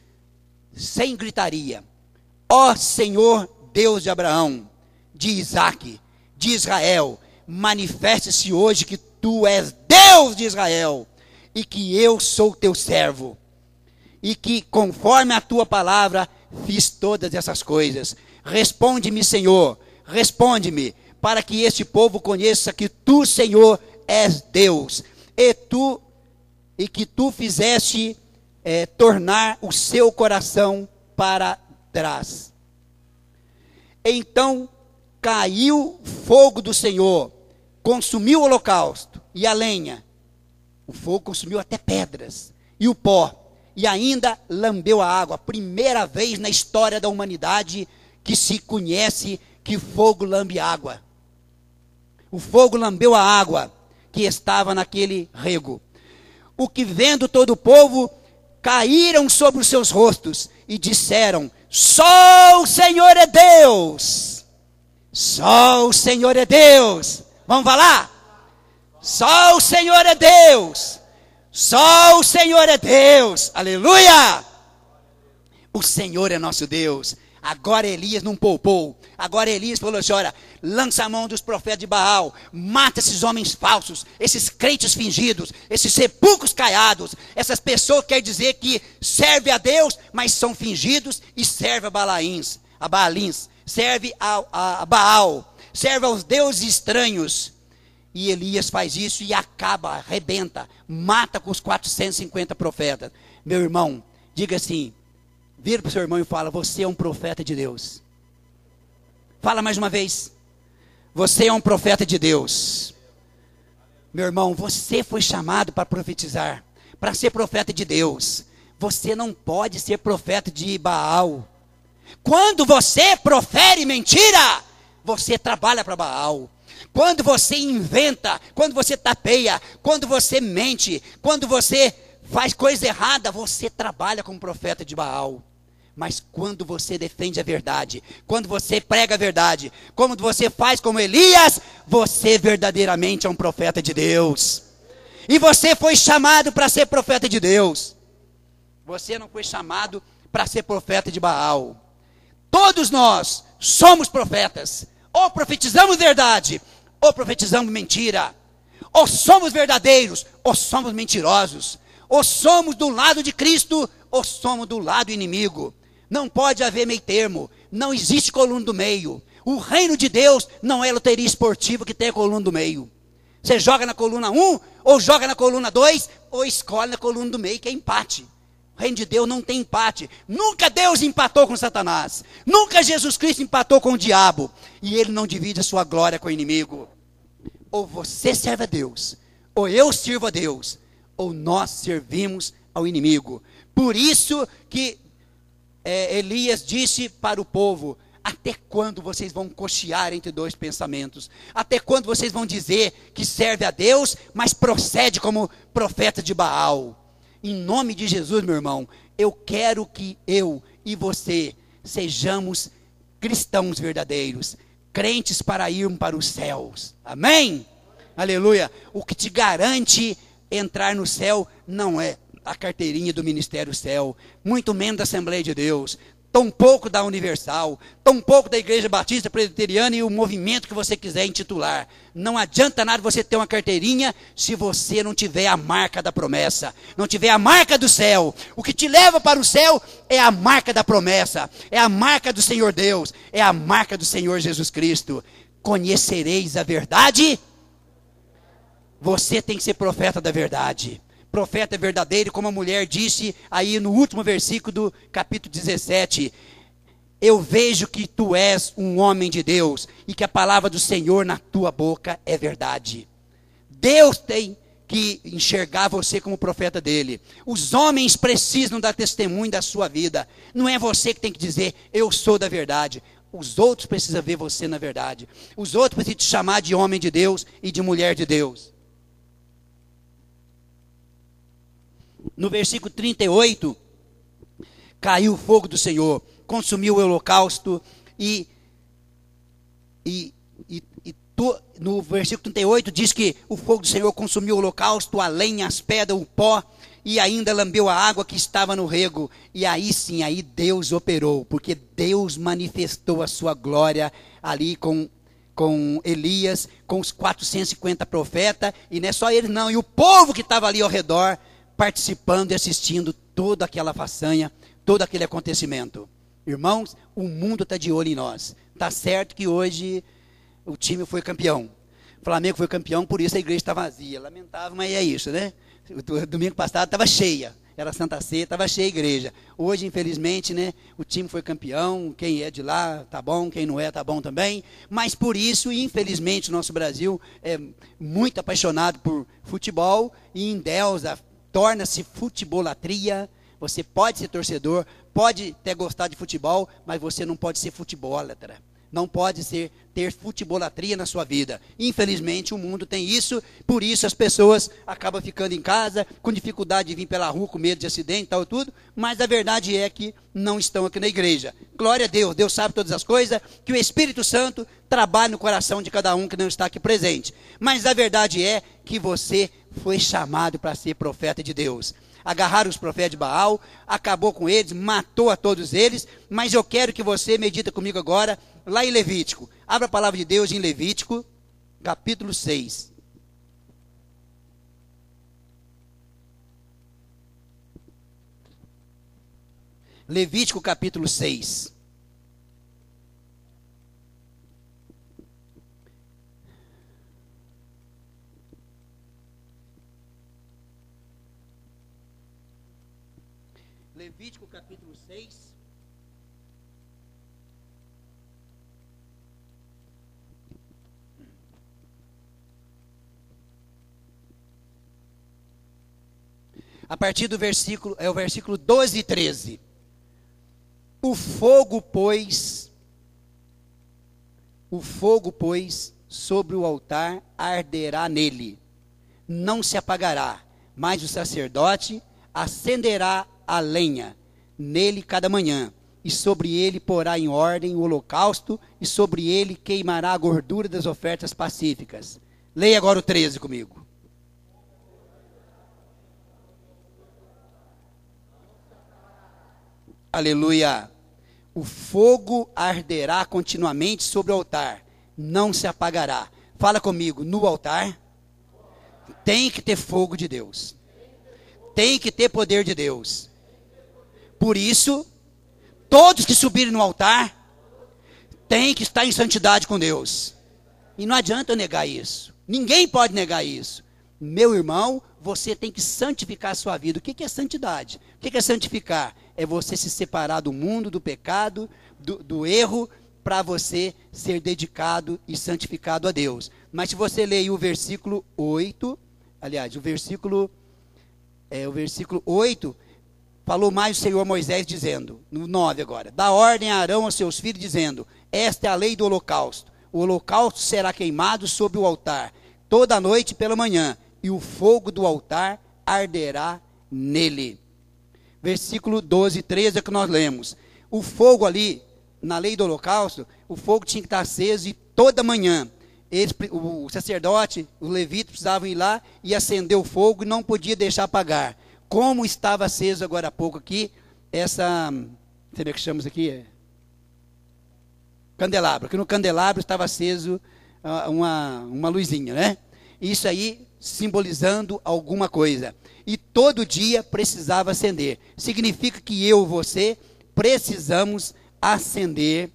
[SPEAKER 1] sem gritaria, ó Senhor Deus de Abraão, de Isaque, de Israel, manifeste-se hoje que tu és Deus de Israel, e que eu sou teu servo, e que, conforme a tua palavra, fiz todas essas coisas. Responde-me, Senhor, responde-me, para que este povo conheça que tu, Senhor, és Deus, e tu e que tu fizeste é, tornar o seu coração para trás. Então caiu fogo do Senhor, consumiu o holocausto e a lenha. O fogo consumiu até pedras e o pó, e ainda lambeu a água. Primeira vez na história da humanidade que se conhece que fogo lambe água. O fogo lambeu a água que estava naquele rego. O que vendo todo o povo, caíram sobre os seus rostos e disseram: só o Senhor é Deus. Só o Senhor é Deus. Vamos falar? Só o Senhor é Deus. Só o Senhor é Deus. Aleluia! O Senhor é nosso Deus. Agora Elias não poupou. Agora Elias falou assim: olha, lança a mão dos profetas de Baal, mata esses homens falsos, esses crentes fingidos, esses sepulcros caiados, essas pessoas que quer dizer que serve a Deus, mas são fingidos e serve a Balaíns, a Baalins, serve a, a, a Baal, serve aos deuses estranhos. E Elias faz isso e acaba, arrebenta, mata com os quatrocentos e cinquenta profetas. Meu irmão, diga assim, vira para o seu irmão e fala: você é um profeta de Deus. Fala mais uma vez. Você é um profeta de Deus. Meu irmão, você foi chamado para profetizar, para ser profeta de Deus. Você não pode ser profeta de Baal. Quando você profere mentira, você trabalha para Baal. Quando você inventa, quando você tapeia, quando você mente, quando você faz coisa errada, você trabalha como profeta de Baal. Mas quando você defende a verdade, quando você prega a verdade, quando você faz como Elias, você verdadeiramente é um profeta de Deus. E você foi chamado para ser profeta de Deus. Você não foi chamado para ser profeta de Baal. Todos nós somos profetas. Ou profetizamos verdade, ou profetizamos mentira. Ou somos verdadeiros, ou somos mentirosos. Ou somos do lado de Cristo, ou somos do lado inimigo. Não pode haver meio termo. Não existe coluna do meio. O reino de Deus não é loteria esportiva que tem a coluna do meio. Você joga na coluna um, ou joga na coluna dois, ou escolhe na coluna do meio, que é empate. O reino de Deus não tem empate. Nunca Deus empatou com Satanás. Nunca Jesus Cristo empatou com o diabo. E ele não divide a sua glória com o inimigo. Ou você serve a Deus, ou eu sirvo a Deus, ou nós servimos ao inimigo. Por isso que é, Elias disse para o povo: até quando vocês vão cochear entre dois pensamentos? Até quando vocês vão dizer que serve a Deus, mas procede como profeta de Baal? Em nome de Jesus, meu irmão, eu quero que eu e você sejamos cristãos verdadeiros, crentes para irmos para os céus. Amém? Aleluia. O que te garante entrar no céu não é a carteirinha do Ministério Céu, muito menos da Assembleia de Deus, tão pouco da Universal, tão pouco da Igreja Batista Presbiteriana e o movimento que você quiser intitular. Não adianta nada você ter uma carteirinha se você não tiver a marca da promessa, não tiver a marca do céu. O que te leva para o céu é a marca da promessa, é a marca do Senhor Deus, é a marca do Senhor Jesus Cristo. Conhecereis a verdade? Você tem que ser profeta da verdade. Profeta verdadeiro, como a mulher disse aí no último versículo do capítulo dezessete. Eu vejo que tu és um homem de Deus e que a palavra do Senhor na tua boca é verdade. Deus tem que enxergar você como profeta dele. Os homens precisam dar testemunho da sua vida. Não é você que tem que dizer: eu sou da verdade. Os outros precisam ver você na verdade. Os outros precisam te chamar de homem de Deus e de mulher de Deus. No versículo trinta e oito, caiu o fogo do Senhor, consumiu o holocausto e, e, e, e to, no versículo trinta e oito diz que o fogo do Senhor consumiu o holocausto, a lenha, as pedras, o pó, e ainda lambeu a água que estava no rego. E aí sim, aí Deus operou, porque Deus manifestou a sua glória ali com, com Elias, com os quatrocentos e cinquenta profetas, e não é só ele não, e o povo que estava ali ao redor, participando e assistindo toda aquela façanha, todo aquele acontecimento. Irmãos, o mundo está de olho em nós. Está certo que hoje o time foi campeão. O Flamengo foi campeão, por isso a igreja está vazia. Lamentável, mas é isso, né? O domingo passado estava cheia. Era Santa Ceia, estava cheia a igreja. Hoje, infelizmente, né, o time foi campeão. Quem é de lá, tá bom. Quem não é, tá bom também. Mas por isso, infelizmente, o nosso Brasil é muito apaixonado por futebol e endeusa, torna-se futebolatria. Você pode ser torcedor, pode até gostar de futebol, mas você não pode ser futebolatra. Não pode ser ter futebolatria na sua vida. Infelizmente o mundo tem isso, por isso as pessoas acabam ficando em casa, com dificuldade de vir pela rua, com medo de acidente e tal tudo, mas a verdade é que não estão aqui na igreja. Glória a Deus, Deus sabe todas as coisas, que o Espírito Santo trabalhe no coração de cada um que não está aqui presente. Mas a verdade é que você foi chamado para ser profeta de Deus. Agarraram os profetas de Baal, acabou com eles, matou a todos eles, mas eu quero que você medita comigo agora, lá em Levítico. Abra a palavra de Deus em Levítico, capítulo seis. Levítico, capítulo seis. Levítico capítulo seis. A partir do versículo, é o versículo doze e treze. O fogo, pois, o fogo, pois, sobre o altar arderá nele, não se apagará, mas o sacerdote acenderá a lenha nele cada manhã, e sobre ele porá em ordem o holocausto, e sobre ele queimará a gordura das ofertas pacíficas. Leia agora o treze comigo. Aleluia. O fogo arderá continuamente sobre o altar, não se apagará. Fala comigo, no altar tem que ter fogo de Deus, tem que ter poder de Deus. Por isso, todos que subirem no altar, têm que estar em santidade com Deus. E não adianta eu negar isso. Ninguém pode negar isso. Meu irmão, você tem que santificar a sua vida. O que é santidade? O que é santificar? É você se separar do mundo, do pecado, do, do erro, para você ser dedicado e santificado a Deus. Mas se você ler o versículo oito, aliás, o versículo, é, o versículo oito... falou mais o Senhor a Moisés dizendo, no nove agora, dá ordem a Arão aos seus filhos dizendo, esta é a lei do holocausto, o holocausto será queimado sobre o altar, toda a noite pela manhã, e o fogo do altar arderá nele. Versículo doze e treze é que nós lemos, o fogo ali, na lei do holocausto, o fogo tinha que estar aceso e toda manhã, eles, o sacerdote, os levitas precisavam ir lá e acender o fogo e não podia deixar apagar. Como estava aceso agora há pouco aqui, essa, sabe o que chamamos aqui? É candelabro, que no candelabro estava aceso uh, uma, uma luzinha, né? Isso aí simbolizando alguma coisa. E todo dia precisava acender. Significa que eu e você precisamos acender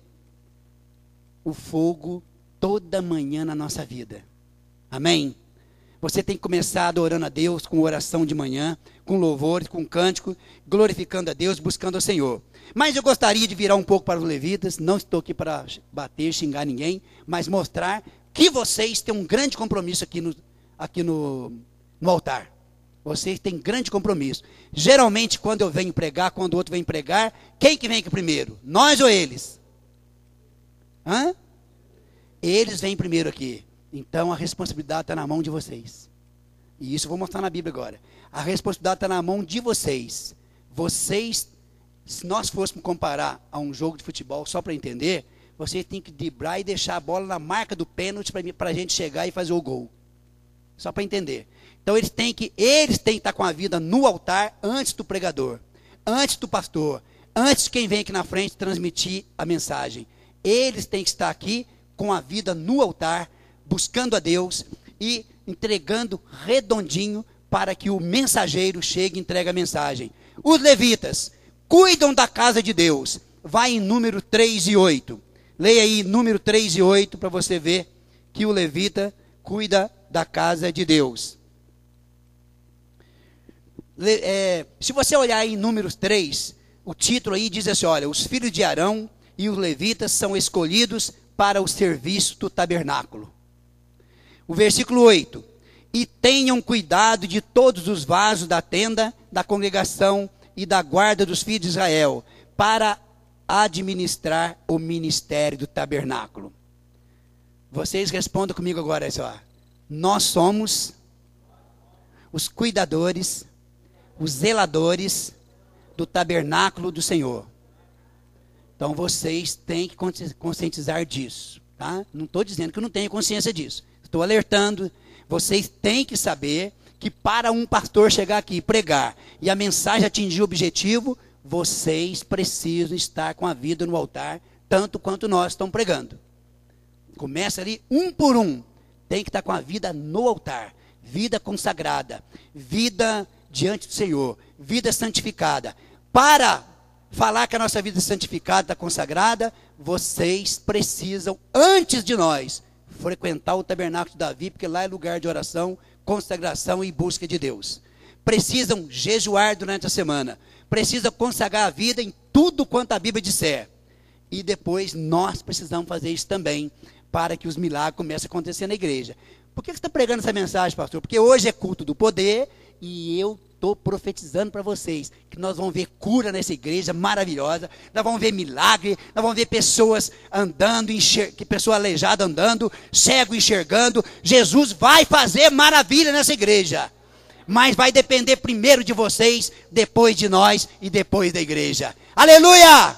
[SPEAKER 1] o fogo toda manhã na nossa vida. Amém? Você tem que começar adorando a Deus com oração de manhã, com louvores, com cântico, glorificando a Deus, buscando ao Senhor. Mas eu gostaria de virar um pouco para os levitas, não estou aqui para bater, xingar ninguém, mas mostrar que vocês têm um grande compromisso aqui no, aqui no, no altar. Vocês têm grande compromisso. Geralmente, quando eu venho pregar, quando o outro vem pregar, quem que vem aqui primeiro? Nós ou eles? Hã? Eles vêm primeiro aqui. Então a responsabilidade está na mão de vocês. E isso eu vou mostrar na Bíblia agora. A responsabilidade está na mão de vocês. Vocês, se nós fôssemos comparar a um jogo de futebol, só para entender, vocês têm que driblar e deixar a bola na marca do pênalti para a gente chegar e fazer o gol. Só para entender. Então eles têm que, eles têm que estar com a vida no altar antes do pregador, antes do pastor, antes de quem vem aqui na frente transmitir a mensagem. Eles têm que estar aqui com a vida no altar, buscando a Deus e entregando redondinho para que o mensageiro chegue e entregue a mensagem. Os levitas cuidam da casa de Deus. Vai em número três e oito. Leia aí número três e oito para você ver que o levita cuida da casa de Deus. Le, é, se você olhar aí em números três, o título aí diz assim, olha, os filhos de Arão e os levitas são escolhidos para o serviço do tabernáculo. O versículo oito, e tenham cuidado de todos os vasos da tenda, da congregação e da guarda dos filhos de Israel, para administrar o ministério do tabernáculo? Vocês respondam comigo agora, só. Nós somos os cuidadores, os zeladores do tabernáculo do Senhor. Então vocês têm que conscientizar disso, tá? Não estou dizendo que eu não tenho consciência disso. Estou alertando. Vocês têm que saber que para um pastor chegar aqui e pregar e a mensagem atingir o objetivo, vocês precisam estar com a vida no altar, tanto quanto nós estamos pregando. Começa ali um por um. Tem que estar com a vida no altar. Vida consagrada. Vida diante do Senhor. Vida santificada. Para falar que a nossa vida é santificada, está consagrada, vocês precisam, antes de nós, frequentar o tabernáculo de Davi, porque lá é lugar de oração, consagração e busca de Deus. Precisam jejuar durante a semana. Precisam consagrar a vida em tudo quanto a Bíblia disser. E depois nós precisamos fazer isso também, para que os milagres comecem a acontecer na igreja. Por que você está pregando essa mensagem, pastor? Porque hoje é culto do poder e eu estou profetizando para vocês que nós vamos ver cura nessa igreja maravilhosa, nós vamos ver milagre, nós vamos ver pessoas andando, enxer... pessoa aleijada andando, cego enxergando. Jesus vai fazer maravilha nessa igreja, mas vai depender primeiro de vocês, depois de nós e depois da igreja. Aleluia!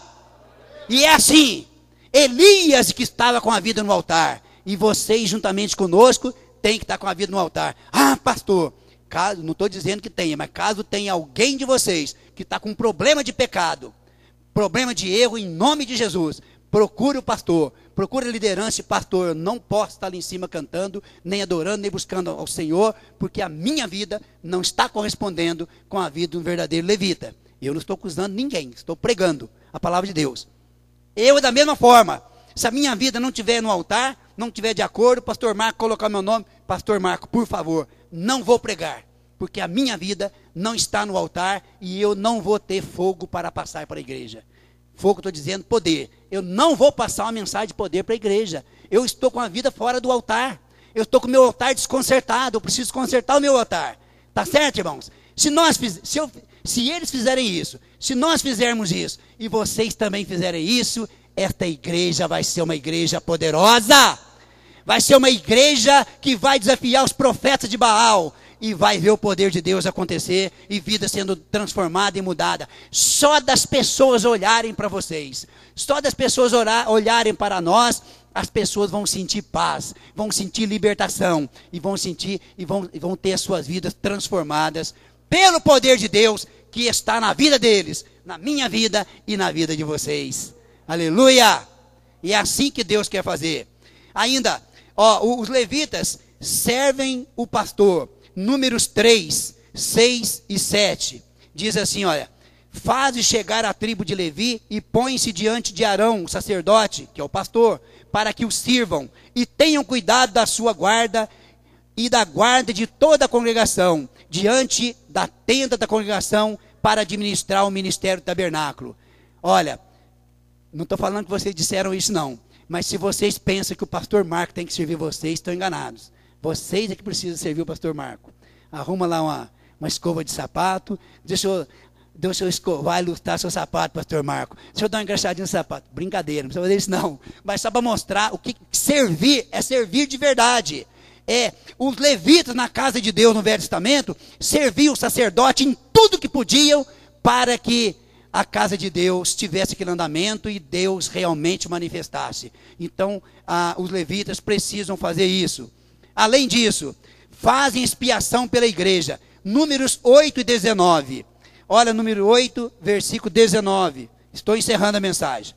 [SPEAKER 1] E é assim, Elias que estava com a vida no altar, e vocês juntamente conosco têm que estar com a vida no altar. Ah, pastor, caso, não estou dizendo que tenha, mas caso tenha alguém de vocês que está com problema de pecado, problema de erro, em nome de Jesus, procure o pastor, procure a liderança e pastor, eu não posso estar ali em cima cantando, nem adorando, nem buscando ao Senhor, porque a minha vida não está correspondendo com a vida de um verdadeiro levita. Eu não estou acusando ninguém, estou pregando a palavra de Deus. Eu, da mesma forma, se a minha vida não estiver no altar, não estiver de acordo, pastor Marco colocar meu nome, pastor Marco, por favor, não vou pregar, porque a minha vida não está no altar e eu não vou ter fogo para passar para a igreja. Fogo, estou dizendo, poder. Eu não vou passar uma mensagem de poder para a igreja. Eu estou com a vida fora do altar. Eu estou com o meu altar desconcertado, eu preciso consertar o meu altar. Tá certo, irmãos? Se nós fiz, se, eu, se eles fizerem isso, se nós fizermos isso, e vocês também fizerem isso, esta igreja vai ser uma igreja poderosa. Vai ser uma igreja que vai desafiar os profetas de Baal. E vai ver o poder de Deus acontecer. E vida sendo transformada e mudada. Só das pessoas olharem para vocês. Só das pessoas orar, olharem para nós. As pessoas vão sentir paz. Vão sentir libertação. E vão sentir e vão, e vão ter as suas vidas transformadas. Pelo poder de Deus que está na vida deles. Na minha vida e na vida de vocês. Aleluia! E é assim que Deus quer fazer. Ainda, ó, os levitas servem o pastor. Números três, seis e sete. Diz assim, olha. Faze chegar a tribo de Levi e põe-se diante de Arão, o sacerdote, que é o pastor, para que o sirvam. E tenham cuidado da sua guarda e da guarda de toda a congregação, diante da tenda da congregação, para administrar o ministério do tabernáculo. Olha, não estou falando que vocês disseram isso não, mas se vocês pensam que o pastor Marco tem que servir vocês, estão enganados. Vocês é que precisam servir o pastor Marco. Arruma lá uma, uma escova de sapato, deixa eu, deixa eu escovar e lustrar seu sapato, pastor Marco. Deixa eu dar uma engraxadinha no sapato. Brincadeira, não precisa fazer isso não. Mas só para mostrar o que servir é servir de verdade. É, os levitas na casa de Deus no Velho Testamento serviam o sacerdote em tudo que podiam para que a casa de Deus tivesse aquele andamento e Deus realmente manifestasse. Então, ah, os levitas precisam fazer isso. Além disso, fazem expiação pela igreja. Números oito e dezenove. Olha, número oito, versículo dezenove. Estou encerrando a mensagem.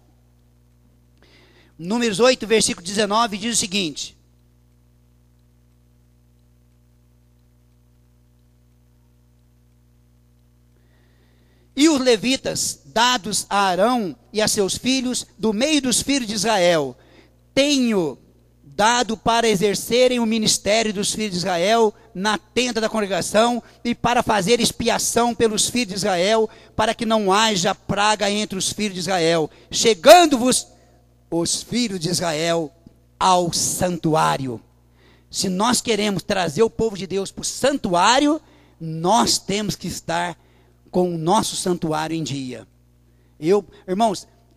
[SPEAKER 1] Números oito, versículo dezenove diz o seguinte. E os levitas, dados a Arão e a seus filhos, do meio dos filhos de Israel, tenho dado para exercerem o ministério dos filhos de Israel na tenda da congregação e para fazer expiação pelos filhos de Israel, para que não haja praga entre os filhos de Israel, chegando-vos os filhos de Israel ao santuário. Se nós queremos trazer o povo de Deus para o santuário, nós temos que estar com o nosso santuário em dia. Eu, irmãos,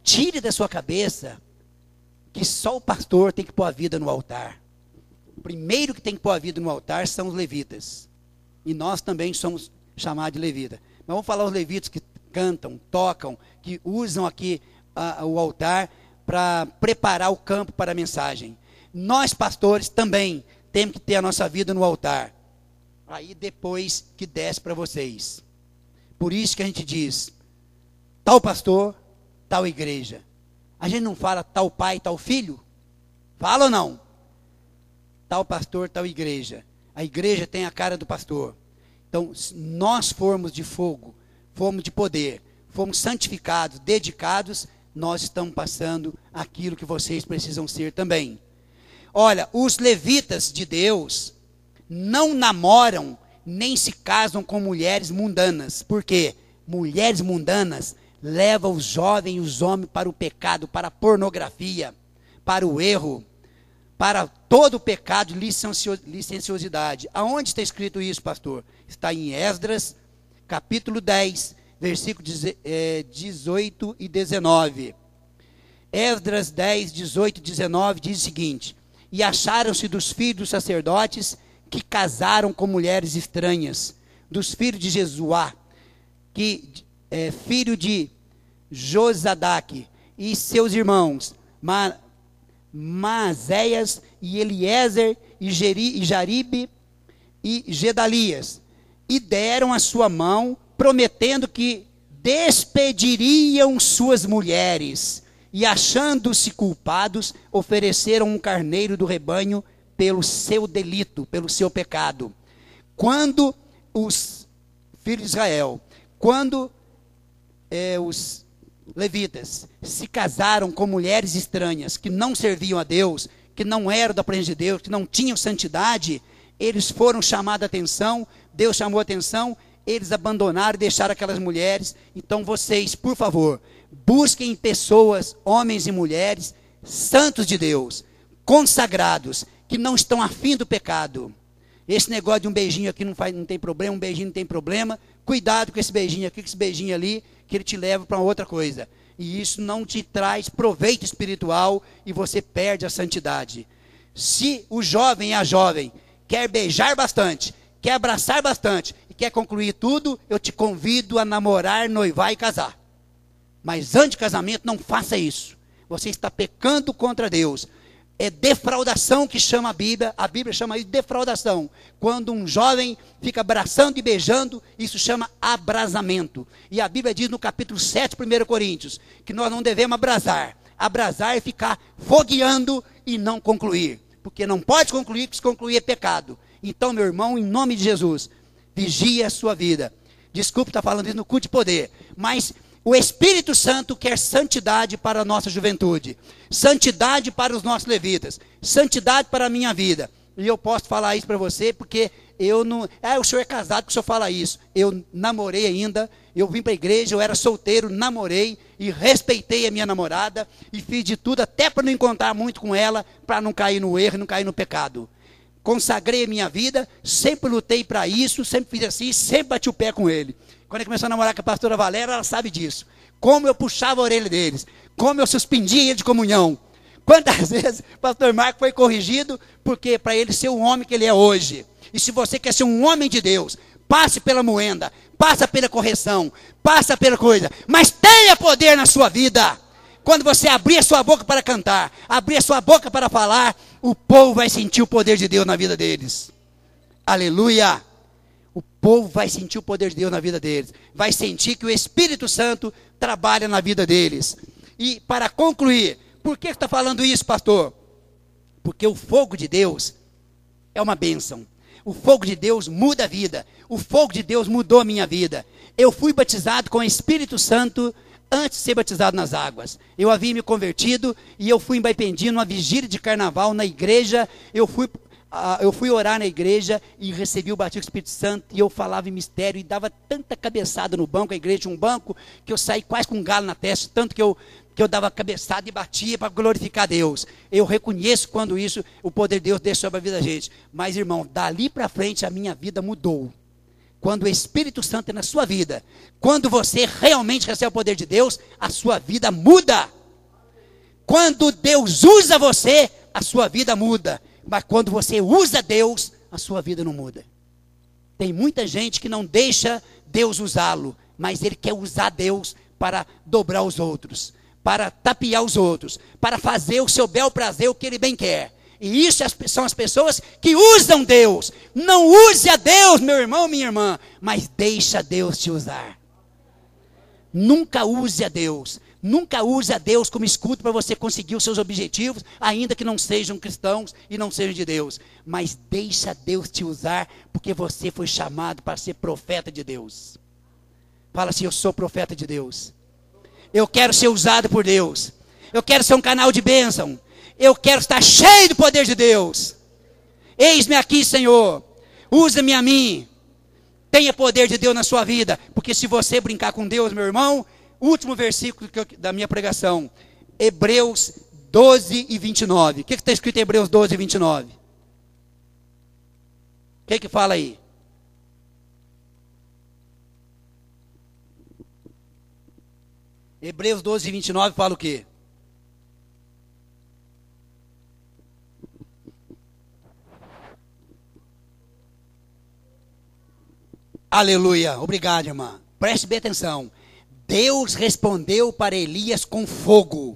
[SPEAKER 1] tire da sua cabeça que só o pastor tem que pôr a vida no altar. O primeiro que tem que pôr a vida no altar são os levitas. E nós também somos chamados de levita. Mas vamos falar os levitas que cantam, tocam, que usam aqui uh, o altar para preparar o campo para a mensagem. Nós, pastores, também temos que ter a nossa vida no altar. Aí depois que desce para vocês. Por isso que a gente diz, tal pastor, tal igreja. A gente não fala tal pai, tal filho? Fala ou não? Tal pastor, tal igreja. A igreja tem a cara do pastor. Então, se nós formos de fogo, formos de poder, fomos santificados, dedicados, nós estamos passando aquilo que vocês precisam ser também. Olha, os levitas de Deus não namoram nem se casam com mulheres mundanas. Por quê? Mulheres mundanas levam os jovens e os homens para o pecado, para a pornografia, para o erro, para todo o pecado de licenciosidade. Aonde está escrito isso, pastor? Está em Esdras, capítulo dez, versículos dezoito e dezenove. Esdras dez, dezoito e dezenove diz o seguinte: e acharam-se dos filhos dos sacerdotes que casaram com mulheres estranhas, dos filhos de Jesuá, que é filho de Josadaque, e seus irmãos, Ma, Maazéias e Eliezer, e, Geri, e Jaribe, e Gedalias, e deram a sua mão, prometendo que despediriam suas mulheres, e achando-se culpados, ofereceram um carneiro do rebanho pelo seu delito, pelo seu pecado. Quando os filhos de Israel, quando é, os levitas se casaram com mulheres estranhas, que não serviam a Deus, que não eram da presença de Deus, que não tinham santidade, eles foram chamados a atenção, Deus chamou a atenção, eles abandonaram e deixaram aquelas mulheres. Então vocês, por favor, busquem pessoas, homens e mulheres, santos de Deus, consagrados, que não estão afim do pecado. Esse negócio de um beijinho aqui não, faz, não tem problema, um beijinho não tem problema. Cuidado com esse beijinho aqui, com esse beijinho ali, que ele te leva para outra coisa. E isso não te traz proveito espiritual e você perde a santidade. Se o jovem e a jovem quer beijar bastante, quer abraçar bastante e quer concluir tudo, eu te convido a namorar, noivar e casar. Mas antes de casamento, não faça isso. Você está pecando contra Deus. É defraudação que chama a Bíblia. A Bíblia chama isso de defraudação. Quando um jovem fica abraçando e beijando, isso chama abrasamento. E a Bíblia diz no capítulo sete, primeiro Coríntios, que nós não devemos abrasar. Abrasar é ficar fogueando e não concluir. Porque não pode concluir, porque se concluir é pecado. Então, meu irmão, em nome de Jesus, vigie a sua vida. Desculpe estar falando isso no culto de poder, mas o Espírito Santo quer santidade para a nossa juventude, santidade para os nossos levitas, santidade para a minha vida. E eu posso falar isso para você, porque eu não... Ah, o senhor é casado, que o senhor fala isso. Eu namorei ainda, eu vim para a igreja, eu era solteiro, namorei e respeitei a minha namorada e fiz de tudo, até para não encontrar muito com ela, para não cair no erro, não cair no pecado. Consagrei a minha vida, sempre lutei para isso, sempre fiz assim, sempre bati o pé com ele. Quando ele começou a namorar com a pastora Valéria, ela sabe disso. Como eu puxava a orelha deles, como eu suspendia ele de comunhão. Quantas vezes o pastor Marco foi corrigido, porque para ele ser o homem que ele é hoje. E se você quer ser um homem de Deus, passe pela moenda, passa pela correção, passa pela coisa, mas tenha poder na sua vida. Quando você abrir a sua boca para cantar, abrir a sua boca para falar, o povo vai sentir o poder de Deus na vida deles. Aleluia! O povo vai sentir o poder de Deus na vida deles. Vai sentir que o Espírito Santo trabalha na vida deles. E para concluir, por que está falando isso, pastor? Porque o fogo de Deus é uma bênção. O fogo de Deus muda a vida. O fogo de Deus mudou a minha vida. Eu fui batizado com o Espírito Santo antes de ser batizado nas águas. Eu havia me convertido e eu fui em Baipendi, numa vigília de carnaval na igreja. Eu fui, uh, eu fui orar na igreja e recebi o batismo do Espírito Santo e eu falava em mistério e dava tanta cabeçada no banco, a igreja tinha um banco, que eu saí quase com um galo na testa, tanto que eu, que eu dava cabeçada e batia para glorificar Deus. Eu reconheço quando isso, o poder de Deus desce sobre a vida da gente. Mas, irmão, dali para frente a minha vida mudou. Quando o Espírito Santo é na sua vida, quando você realmente recebe o poder de Deus, a sua vida muda. Quando Deus usa você, a sua vida muda. Mas quando você usa Deus, a sua vida não muda. Tem muita gente que não deixa Deus usá-lo, mas ele quer usar Deus para dobrar os outros, para tapear os outros, para fazer o seu bel prazer, o que ele bem quer. E isso são as pessoas que usam Deus. Não use a Deus, meu irmão, minha irmã, mas deixa Deus te usar. Nunca use a Deus. Nunca use a Deus como escudo para você conseguir os seus objetivos, ainda que não sejam cristãos e não sejam de Deus. Mas deixa Deus te usar, porque você foi chamado para ser profeta de Deus. Fala assim: eu sou profeta de Deus. Eu quero ser usado por Deus. Eu quero ser um canal de bênção. Eu quero estar cheio do poder de Deus. Eis-me aqui, Senhor. Usa-me a mim. Tenha poder de Deus na sua vida. Porque se você brincar com Deus, meu irmão, último versículo que eu, da minha pregação. Hebreus doze e vinte e nove. O que está escrito em Hebreus doze e vinte e nove? O que que fala aí? Hebreus doze e vinte e nove fala o quê? Aleluia, obrigado, irmã. Preste bem atenção. Deus respondeu para Elias com fogo.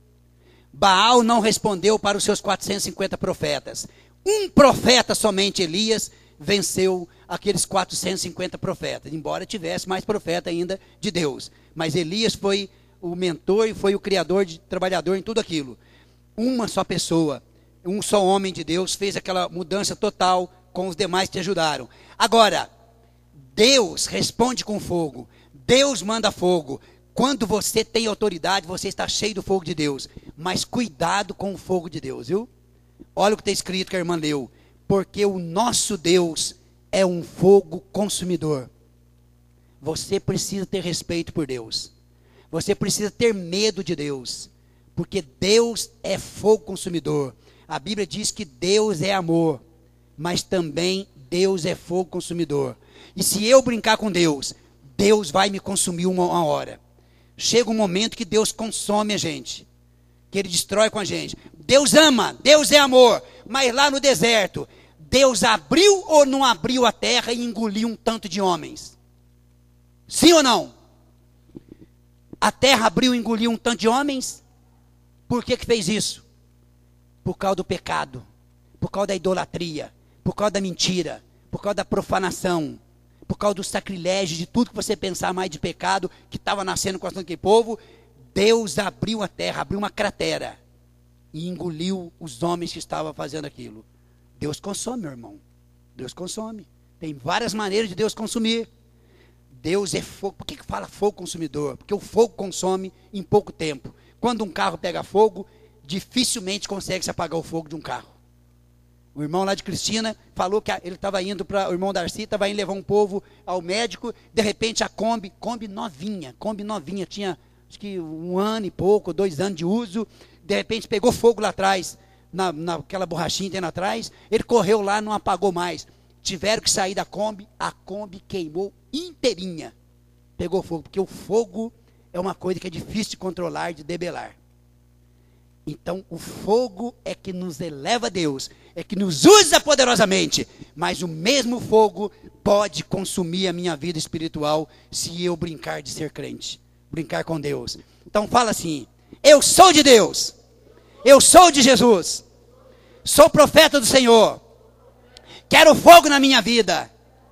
[SPEAKER 1] Baal não respondeu para os seus quatrocentos e cinquenta profetas. Um profeta somente, Elias, venceu aqueles quatrocentos e cinquenta profetas, embora tivesse mais profeta ainda de Deus. Mas Elias foi o mentor e foi o criador, de trabalhador em tudo aquilo. Uma só pessoa, um só homem de Deus fez aquela mudança total com os demais que te ajudaram. Agora, Deus responde com fogo. Deus manda fogo. Quando você tem autoridade, você está cheio do fogo de Deus. Mas cuidado com o fogo de Deus, viu? Olha o que está escrito que a irmã leu. Porque o nosso Deus é um fogo consumidor. Você precisa ter respeito por Deus. Você precisa ter medo de Deus. Porque Deus é fogo consumidor. A Bíblia diz que Deus é amor. Mas também Deus é fogo consumidor. E se eu brincar com Deus, Deus vai me consumir uma, uma hora. Chega um momento que Deus consome a gente. Que Ele destrói com a gente. Deus ama, Deus é amor. Mas lá no deserto, Deus abriu ou não abriu a terra e engoliu um tanto de homens? Sim ou não? A terra abriu e engoliu um tanto de homens? Por que que fez isso? Por causa do pecado. Por causa da idolatria. Por causa da mentira. Por causa da profanação. Por causa do sacrilégio, de tudo que você pensar mais de pecado que estava nascendo com aquele povo. Deus abriu a terra, abriu uma cratera e engoliu os homens que estavam fazendo aquilo. Deus consome, meu irmão. Deus consome. Tem várias maneiras de Deus consumir. Deus é fogo. Por que que fala fogo consumidor? Porque o fogo consome em pouco tempo. Quando um carro pega fogo, dificilmente consegue se apagar o fogo de um carro. O irmão lá de Cristina falou que ele estava indo para, o irmão Darcy estava indo levar um povo ao médico, de repente a Kombi, Kombi novinha, Kombi novinha, tinha acho que um ano e pouco, dois anos de uso, de repente pegou fogo lá atrás, na, naquela borrachinha que tem lá atrás, ele correu lá, não apagou mais, tiveram que sair da Kombi, a Kombi queimou inteirinha, pegou fogo, porque o fogo é uma coisa que é difícil de controlar, de debelar. Então, o fogo é que nos eleva a Deus, é que nos usa poderosamente, mas o mesmo fogo pode consumir a minha vida espiritual se eu brincar de ser crente, brincar com Deus. Então, fala assim: eu sou de Deus, eu sou de Jesus, sou profeta do Senhor, quero fogo na minha vida,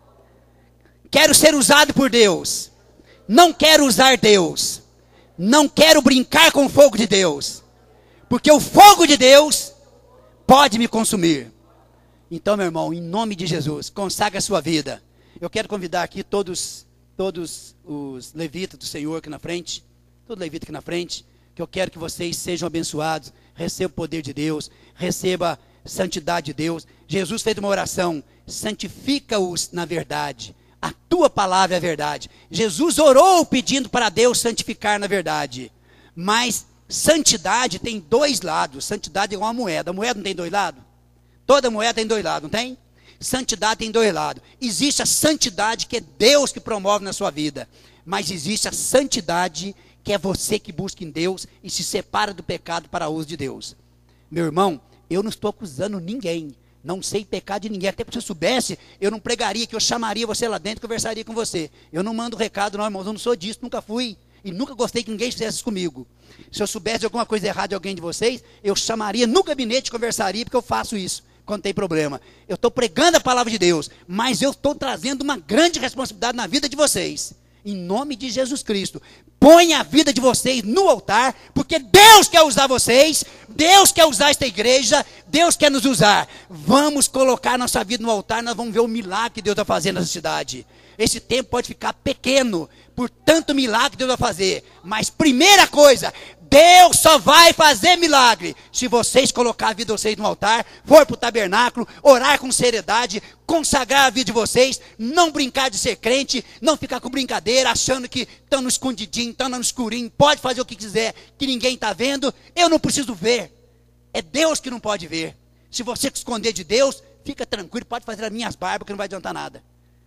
[SPEAKER 1] quero ser usado por Deus, não quero usar Deus, não quero brincar com o fogo de Deus. Porque o fogo de Deus pode me consumir. Então, meu irmão, em nome de Jesus, consagra a sua vida. Eu quero convidar aqui todos, todos os levitas do Senhor aqui na frente, todo levita aqui na frente, que eu quero que vocês sejam abençoados, receba o poder de Deus, receba a santidade de Deus. Jesus fez uma oração: santifica-os na verdade. A tua palavra é a verdade. Jesus orou pedindo para Deus santificar na verdade. Mas santidade tem dois lados. Santidade é igual uma moeda. A moeda não tem dois lados? Toda moeda tem dois lados, não tem? Santidade tem dois lados. Existe a santidade que é Deus que promove na sua vida. Mas existe a santidade que é você que busca em Deus e se separa do pecado para o uso de Deus. Meu irmão, eu não estou acusando ninguém. Não sei pecar de ninguém. Até porque se eu soubesse, eu não pregaria, que eu chamaria você lá dentro e conversaria com você. Eu não mando recado, não, irmãos. Eu não sou disso, nunca fui. E nunca gostei que ninguém fizesse isso comigo. Se eu soubesse de alguma coisa errada de alguém de vocês, eu chamaria no gabinete e conversaria, porque eu faço isso quando tem problema. Eu estou pregando a palavra de Deus, mas eu estou trazendo uma grande responsabilidade na vida de vocês. Em nome de Jesus Cristo. Põe a vida de vocês no altar, porque Deus quer usar vocês, Deus quer usar esta igreja, Deus quer nos usar. Vamos colocar nossa vida no altar, nós vamos ver o milagre que Deus está fazendo nessa cidade. Esse tempo pode ficar pequeno, por tanto milagre que Deus vai fazer. Mas primeira coisa, Deus só vai fazer milagre se vocês colocar a vida de vocês no altar, for para o tabernáculo, orar com seriedade, consagrar a vida de vocês, não brincar de ser crente, não ficar com brincadeira, achando que estão no escondidinho, estão no escurinho, pode fazer o que quiser, que ninguém está vendo. Eu não preciso ver, é Deus que não pode ver. Se você se esconder de Deus, fica tranquilo, pode fazer as minhas barbas que não vai adiantar nada.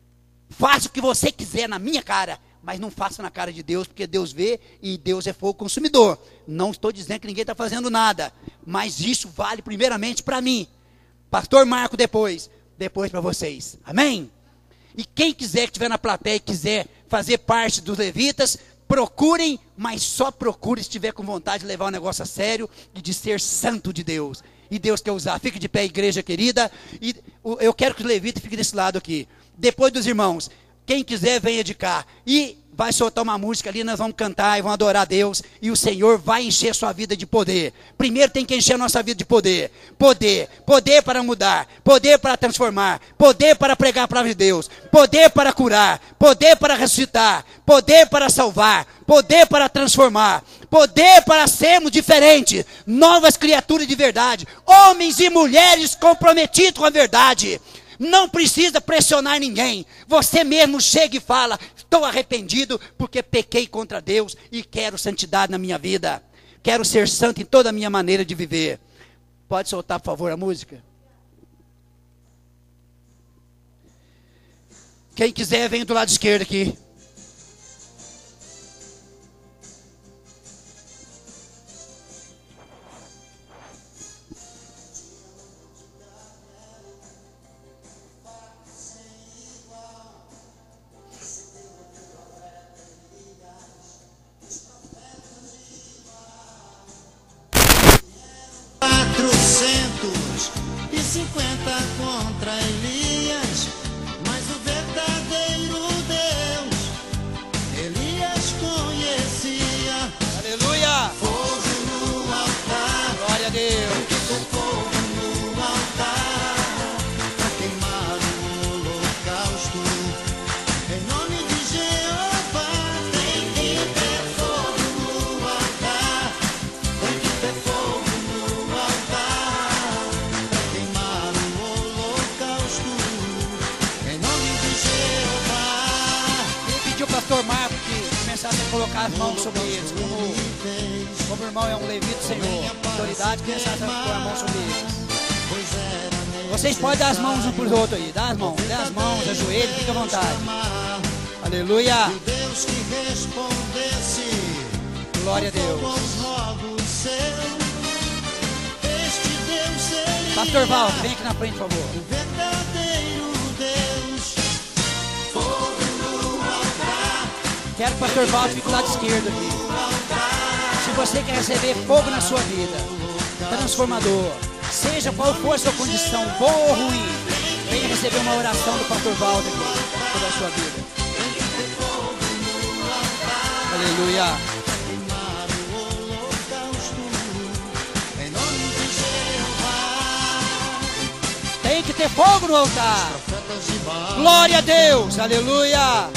[SPEAKER 1] Faça o que você quiser na minha cara, mas não faça na cara de Deus, porque Deus vê e Deus é fogo consumidor. Não estou dizendo que ninguém está fazendo nada, mas isso vale primeiramente para mim. Pastor Marco depois, depois para vocês. Amém? E quem quiser que estiver na plateia e quiser fazer parte dos levitas, procurem, mas só procure se estiver com vontade de levar o negócio a sério e de ser santo de Deus. E Deus quer usar. Fique de pé, igreja querida. E eu quero que os levitas fiquem desse lado aqui. Depois dos irmãos, quem quiser venha de cá. E vai soltar uma música ali, nós vamos cantar e vamos adorar a Deus. E o Senhor vai encher sua vida de poder. Primeiro tem que encher a nossa vida de poder. Poder. Poder para mudar. Poder para transformar. Poder para pregar a palavra de Deus. Poder para curar. Poder para ressuscitar. Poder para salvar. Poder para transformar. Poder para sermos diferentes. Novas criaturas de verdade. Homens e mulheres comprometidos com a verdade. Não precisa pressionar ninguém. Você mesmo chega e fala: estou arrependido porque pequei contra Deus e quero santidade na minha vida. Quero ser santo em toda a minha maneira de viver. Pode soltar, por favor, a música? Quem quiser, vem do lado esquerdo aqui.
[SPEAKER 2] quatrocentos e cinquenta contra Elias, mas o verdadeiro Deus Elias conhecia.
[SPEAKER 1] Aleluia!
[SPEAKER 2] Fogo no altar,
[SPEAKER 1] Glória a Deus!
[SPEAKER 2] fogo no altar, para queimar o holocausto. Em nome de Jeová tem que ter fogo no altar, tem que ter fogo.
[SPEAKER 1] Pastor Marco que começasse a colocar as mãos sobre eles, como, como o irmão é um levita do Senhor, autoridade, começasse a pôr a mão sobre eles. Vocês podem dar as mãos um para os outros aí, dá as mãos, dê as mãos, ajoelhe, fique à vontade. Aleluia! Glória a Deus. Pastor Valdo, vem aqui na frente, por favor. Quero que o pastor Valdo fique do lado esquerdo aqui. Se você quer receber fogo na sua vida, transformador, seja qual for a sua condição, boa ou ruim, venha receber uma oração do pastor Valdo aqui, toda a sua vida. Aleluia. Tem que ter fogo no altar. Glória a Deus. Aleluia.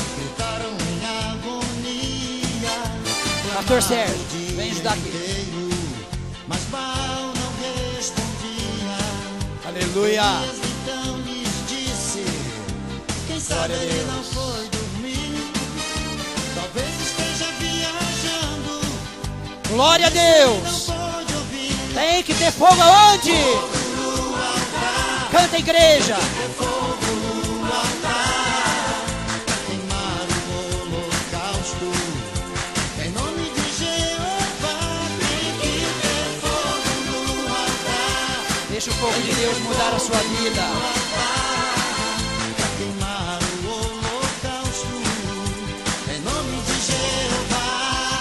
[SPEAKER 1] Pastor Sérgio, vem ajudar aqui. Mas Baal não respondia. Aleluia. Então lhes disse: quem sabe ele não foi dormir, talvez esteja viajando. Glória a Deus. Tem que ter fogo aonde? Canta, igreja. Deixa o fogo de Deus mudar a sua vida.
[SPEAKER 2] Pra queimar o holocausto, em nome de Jeová.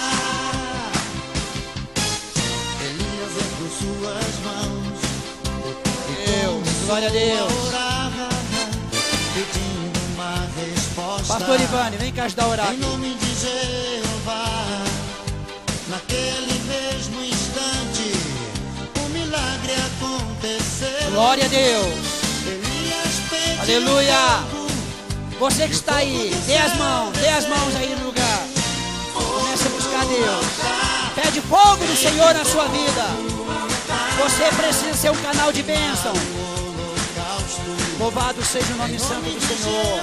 [SPEAKER 2] Elias ergueu suas mãos,
[SPEAKER 1] Deus, glória a Deus.
[SPEAKER 2] pedindo uma resposta.
[SPEAKER 1] Pastor Ivane, vem cá ajudar a orar
[SPEAKER 2] Em
[SPEAKER 1] aqui.
[SPEAKER 2] nome de Jeová, naquele mesmo instante, o milagre aconteceu.
[SPEAKER 1] Glória a Deus.
[SPEAKER 2] Elias pediu
[SPEAKER 1] Aleluia.
[SPEAKER 2] fogo,
[SPEAKER 1] Você que está aí, dê as mãos, dê as mãos aí no lugar. Comece a buscar Deus. Pede fogo do Senhor na sua vida. Você precisa ser um canal de bênção. Louvado seja o nome santo do Senhor.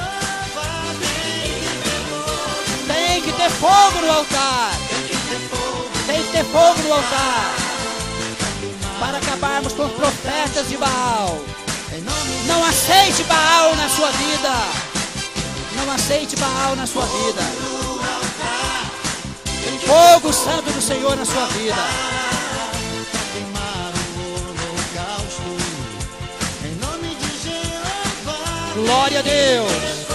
[SPEAKER 1] Tem que ter fogo no altar. Tem que ter fogo no altar. Para acabarmos com os profetas de Baal. Não aceite Baal na sua vida. Não aceite Baal na sua vida. Fogo santo do Senhor na sua vida. Glória a Deus.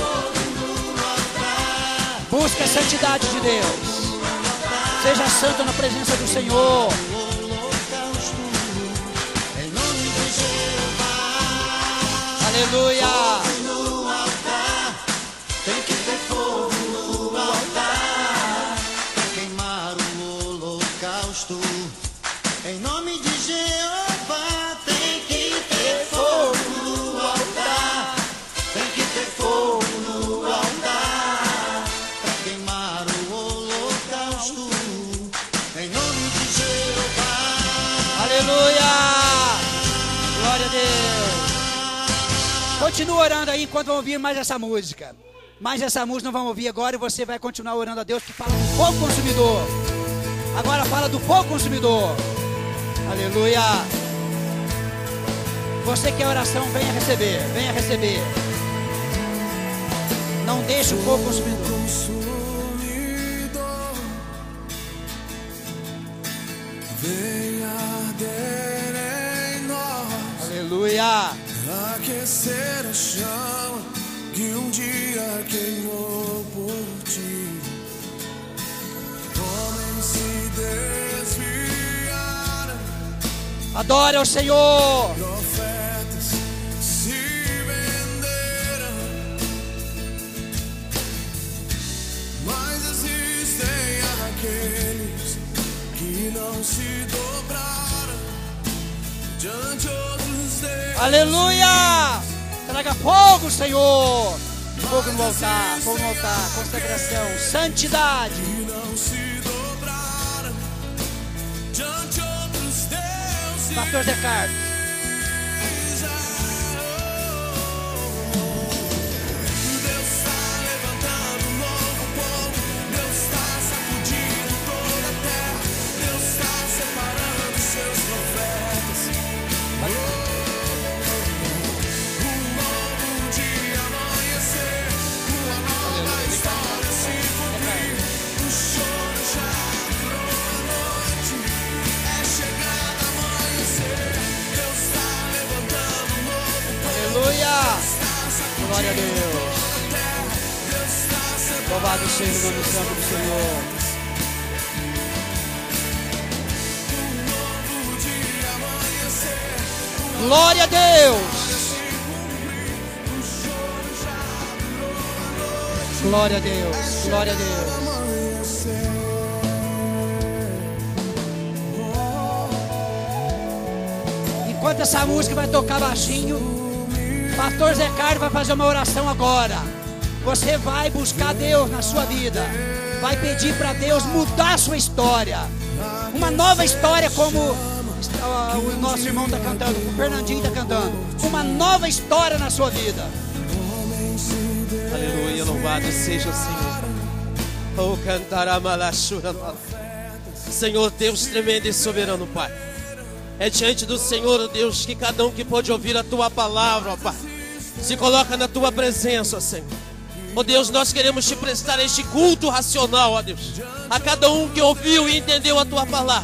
[SPEAKER 1] Busque a santidade de Deus. Seja santo na presença do Senhor. Aleluia.
[SPEAKER 2] Tem que ter fogo no altar pra queimar o holocausto. Em nome de Jeová, tem que ter fogo no altar. Tem que ter fogo no altar pra queimar o holocausto. Em nome de Jeová.
[SPEAKER 1] Aleluia. Glória a Deus. Continua orando aí enquanto vão ouvir mais essa música. Mais essa música não vamos ouvir agora e você vai continuar orando a Deus que fala do fogo consumidor. Agora fala do fogo consumidor. Aleluia. Você que quer oração, venha receber. Venha receber. Não deixe o fogo consumidor.
[SPEAKER 3] Venha arder em nós,
[SPEAKER 1] Aleluia.
[SPEAKER 3] aquecer a chama que um dia queimou por ti. Homens se desviaram,
[SPEAKER 1] Adore ao Senhor.
[SPEAKER 3] profetas se venderam, mas existem aqueles que não se dobraram diante outros deuses.
[SPEAKER 1] Aleluia. Traga fogo, Senhor. Fogo no altar, fogo no altar, consagração, santidade.
[SPEAKER 3] Que não se dobraram diante outros deuses.
[SPEAKER 1] Pastor Zé Carlos.
[SPEAKER 3] Deus está levantando um novo povo. Deus está sacudindo toda a terra. Deus está separando seus profetas. Um novo dia amanhecer, uma nova história se cumprir. O choro já virou a noite, é chegada amanhecer. Deus está levantando um novo povo.
[SPEAKER 1] Aleluia.
[SPEAKER 3] Está sacudindo
[SPEAKER 1] Glória a Deus.
[SPEAKER 3] toda a terra. Deus está separando
[SPEAKER 1] Louvado seja o nome santo do Senhor.
[SPEAKER 3] um novo dia amanhecer.
[SPEAKER 1] Glória a Deus. Glória a Deus. Glória a Deus. Enquanto essa música vai tocar baixinho, Pastor Zé Carlos vai fazer uma oração agora. Você vai buscar Deus na sua vida. Vai pedir para Deus mudar a sua história. Uma nova história, como ah, o nosso irmão está cantando, o Fernandinho está cantando. Uma nova história na sua vida.
[SPEAKER 4] Aleluia, louvado seja o Senhor. Oh, cantará malachura. Senhor Deus tremendo e soberano, Pai. É diante do Senhor, oh Deus, que cada um que pode ouvir a Tua palavra, ó Pai, se coloca na Tua presença, ó Senhor. Ó Deus, nós queremos Te prestar este culto racional, ó Deus, a cada um que ouviu e entendeu a Tua palavra.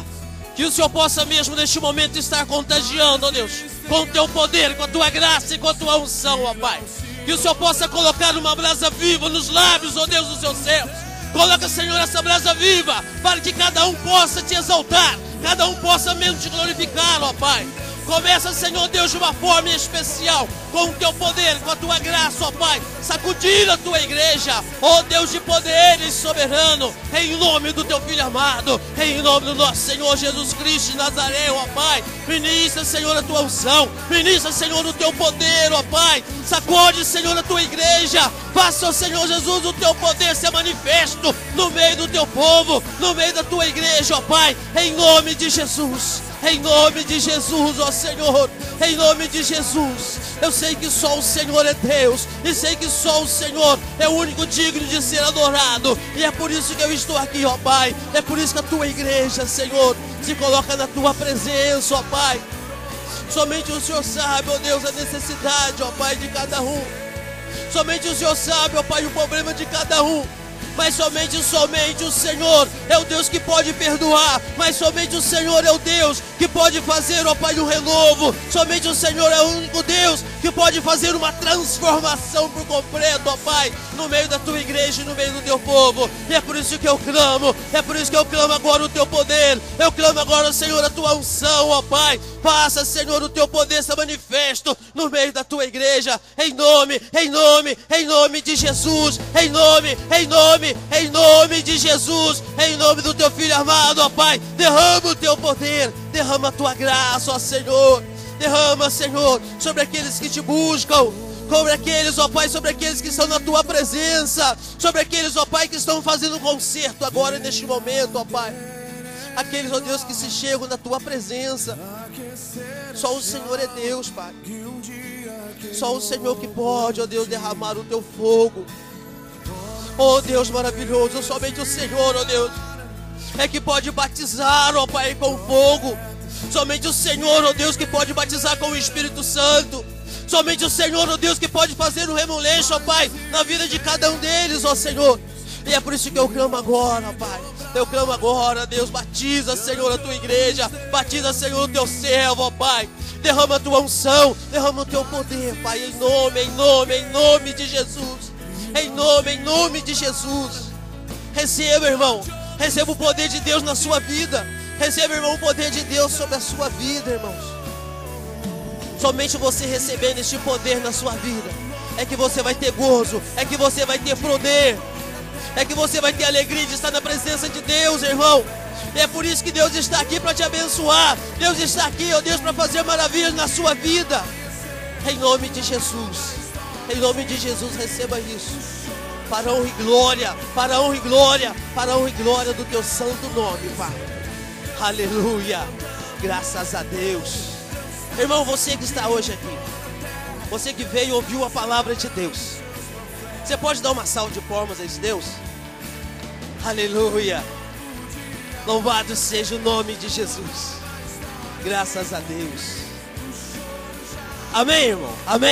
[SPEAKER 4] Que o Senhor possa mesmo neste momento estar contagiando, ó Deus, com o teu poder, com a tua graça e com a tua unção, ó Pai. Que o Senhor possa colocar uma brasa viva nos lábios, ó Deus, dos seus céus. Coloca, Senhor, essa brasa viva, para que cada um possa te exaltar, cada um possa mesmo te glorificar, ó Pai. Começa, Senhor Deus, de uma forma especial, com o teu poder, com a tua graça, ó Pai, sacudir a tua igreja, ó Deus de poder e soberano, em nome do teu Filho amado, em nome do nosso Senhor Jesus Cristo de Nazaré, ó Pai. Ministra, Senhor, a tua unção, ministra, Senhor, o teu poder, ó Pai. Sacode, Senhor, a tua igreja, faça, ó Senhor Jesus, o teu poder ser manifesto no meio do teu povo, no meio da tua igreja, ó Pai, em nome de Jesus. Em nome de Jesus, ó Senhor, em nome de Jesus. Eu sei que só o Senhor é Deus, e sei que só o Senhor é o único digno de ser adorado. E é por isso que eu estou aqui, ó Pai. É por isso que a tua igreja, Senhor, se coloca na tua presença, ó Pai. Somente o Senhor sabe, ó Deus, a necessidade, ó Pai, de cada um. Somente o Senhor sabe, ó Pai, o problema de cada um. Mas somente, somente o Senhor é o Deus que pode perdoar. Mas somente o Senhor é o Deus que pode fazer, ó Pai, um renovo. Somente o Senhor é o único Deus que pode fazer uma transformação por completo, ó Pai, no meio da tua igreja e no meio do teu povo. E é por isso que eu clamo, é por isso que eu clamo agora o teu poder. Eu clamo agora, Senhor, a tua unção, ó Pai. Faça, Senhor, o teu poder ser manifesto no meio da tua igreja. Em nome, em nome, em nome de Jesus. Em nome, em nome, em nome de Jesus. Em nome do teu Filho amado, ó Pai. Derrama o teu poder, derrama a tua graça, ó Senhor. Derrama, Senhor, sobre aqueles que te buscam. Sobre aqueles, ó Pai, sobre aqueles que estão na tua presença. Sobre aqueles, ó Pai, que estão fazendo um concerto agora, neste momento, ó Pai. Aqueles, ó Deus, que se chegam na tua presença. Só o Senhor é Deus, Pai. Só o Senhor que pode, ó Deus, derramar o teu fogo. Ó Deus maravilhoso, somente o Senhor, ó Deus, é que pode batizar, ó Pai, com fogo. Somente o Senhor, ó Deus, que pode batizar com o Espírito Santo. Somente o Senhor, ó Deus, que pode fazer um remolejo, ó Pai, na vida de cada um deles, ó Senhor. E é por isso que eu clamo agora, ó Pai. Eu clamo agora, Deus, batiza, Senhor, a tua igreja. Batiza, Senhor, o teu servo, ó Pai. Derrama a tua unção, derrama o teu poder, Pai, em nome, em nome, em nome de Jesus. Em nome, em nome de Jesus. Receba, irmão, receba o poder de Deus na sua vida. Receba, irmão, o poder de Deus sobre a sua vida, irmãos. Somente você recebendo este poder na sua vida é que você vai ter gozo, é que você vai ter poder, é que você vai ter alegria de estar na presença de Deus, irmão. E é por isso que Deus está aqui para te abençoar. Deus está aqui, ó Deus, para fazer maravilhas na sua vida. Em nome de Jesus, em nome de Jesus, receba isso. Para a honra e glória, para a honra e glória, para a honra e glória do teu santo nome, Pai. Aleluia, graças a Deus. Irmão, você que está hoje aqui, você que veio e ouviu a palavra de Deus, você pode dar uma salva de palmas a esse Deus? Aleluia. Louvado seja o nome de Jesus. Graças a Deus. Amém, irmão? Amém.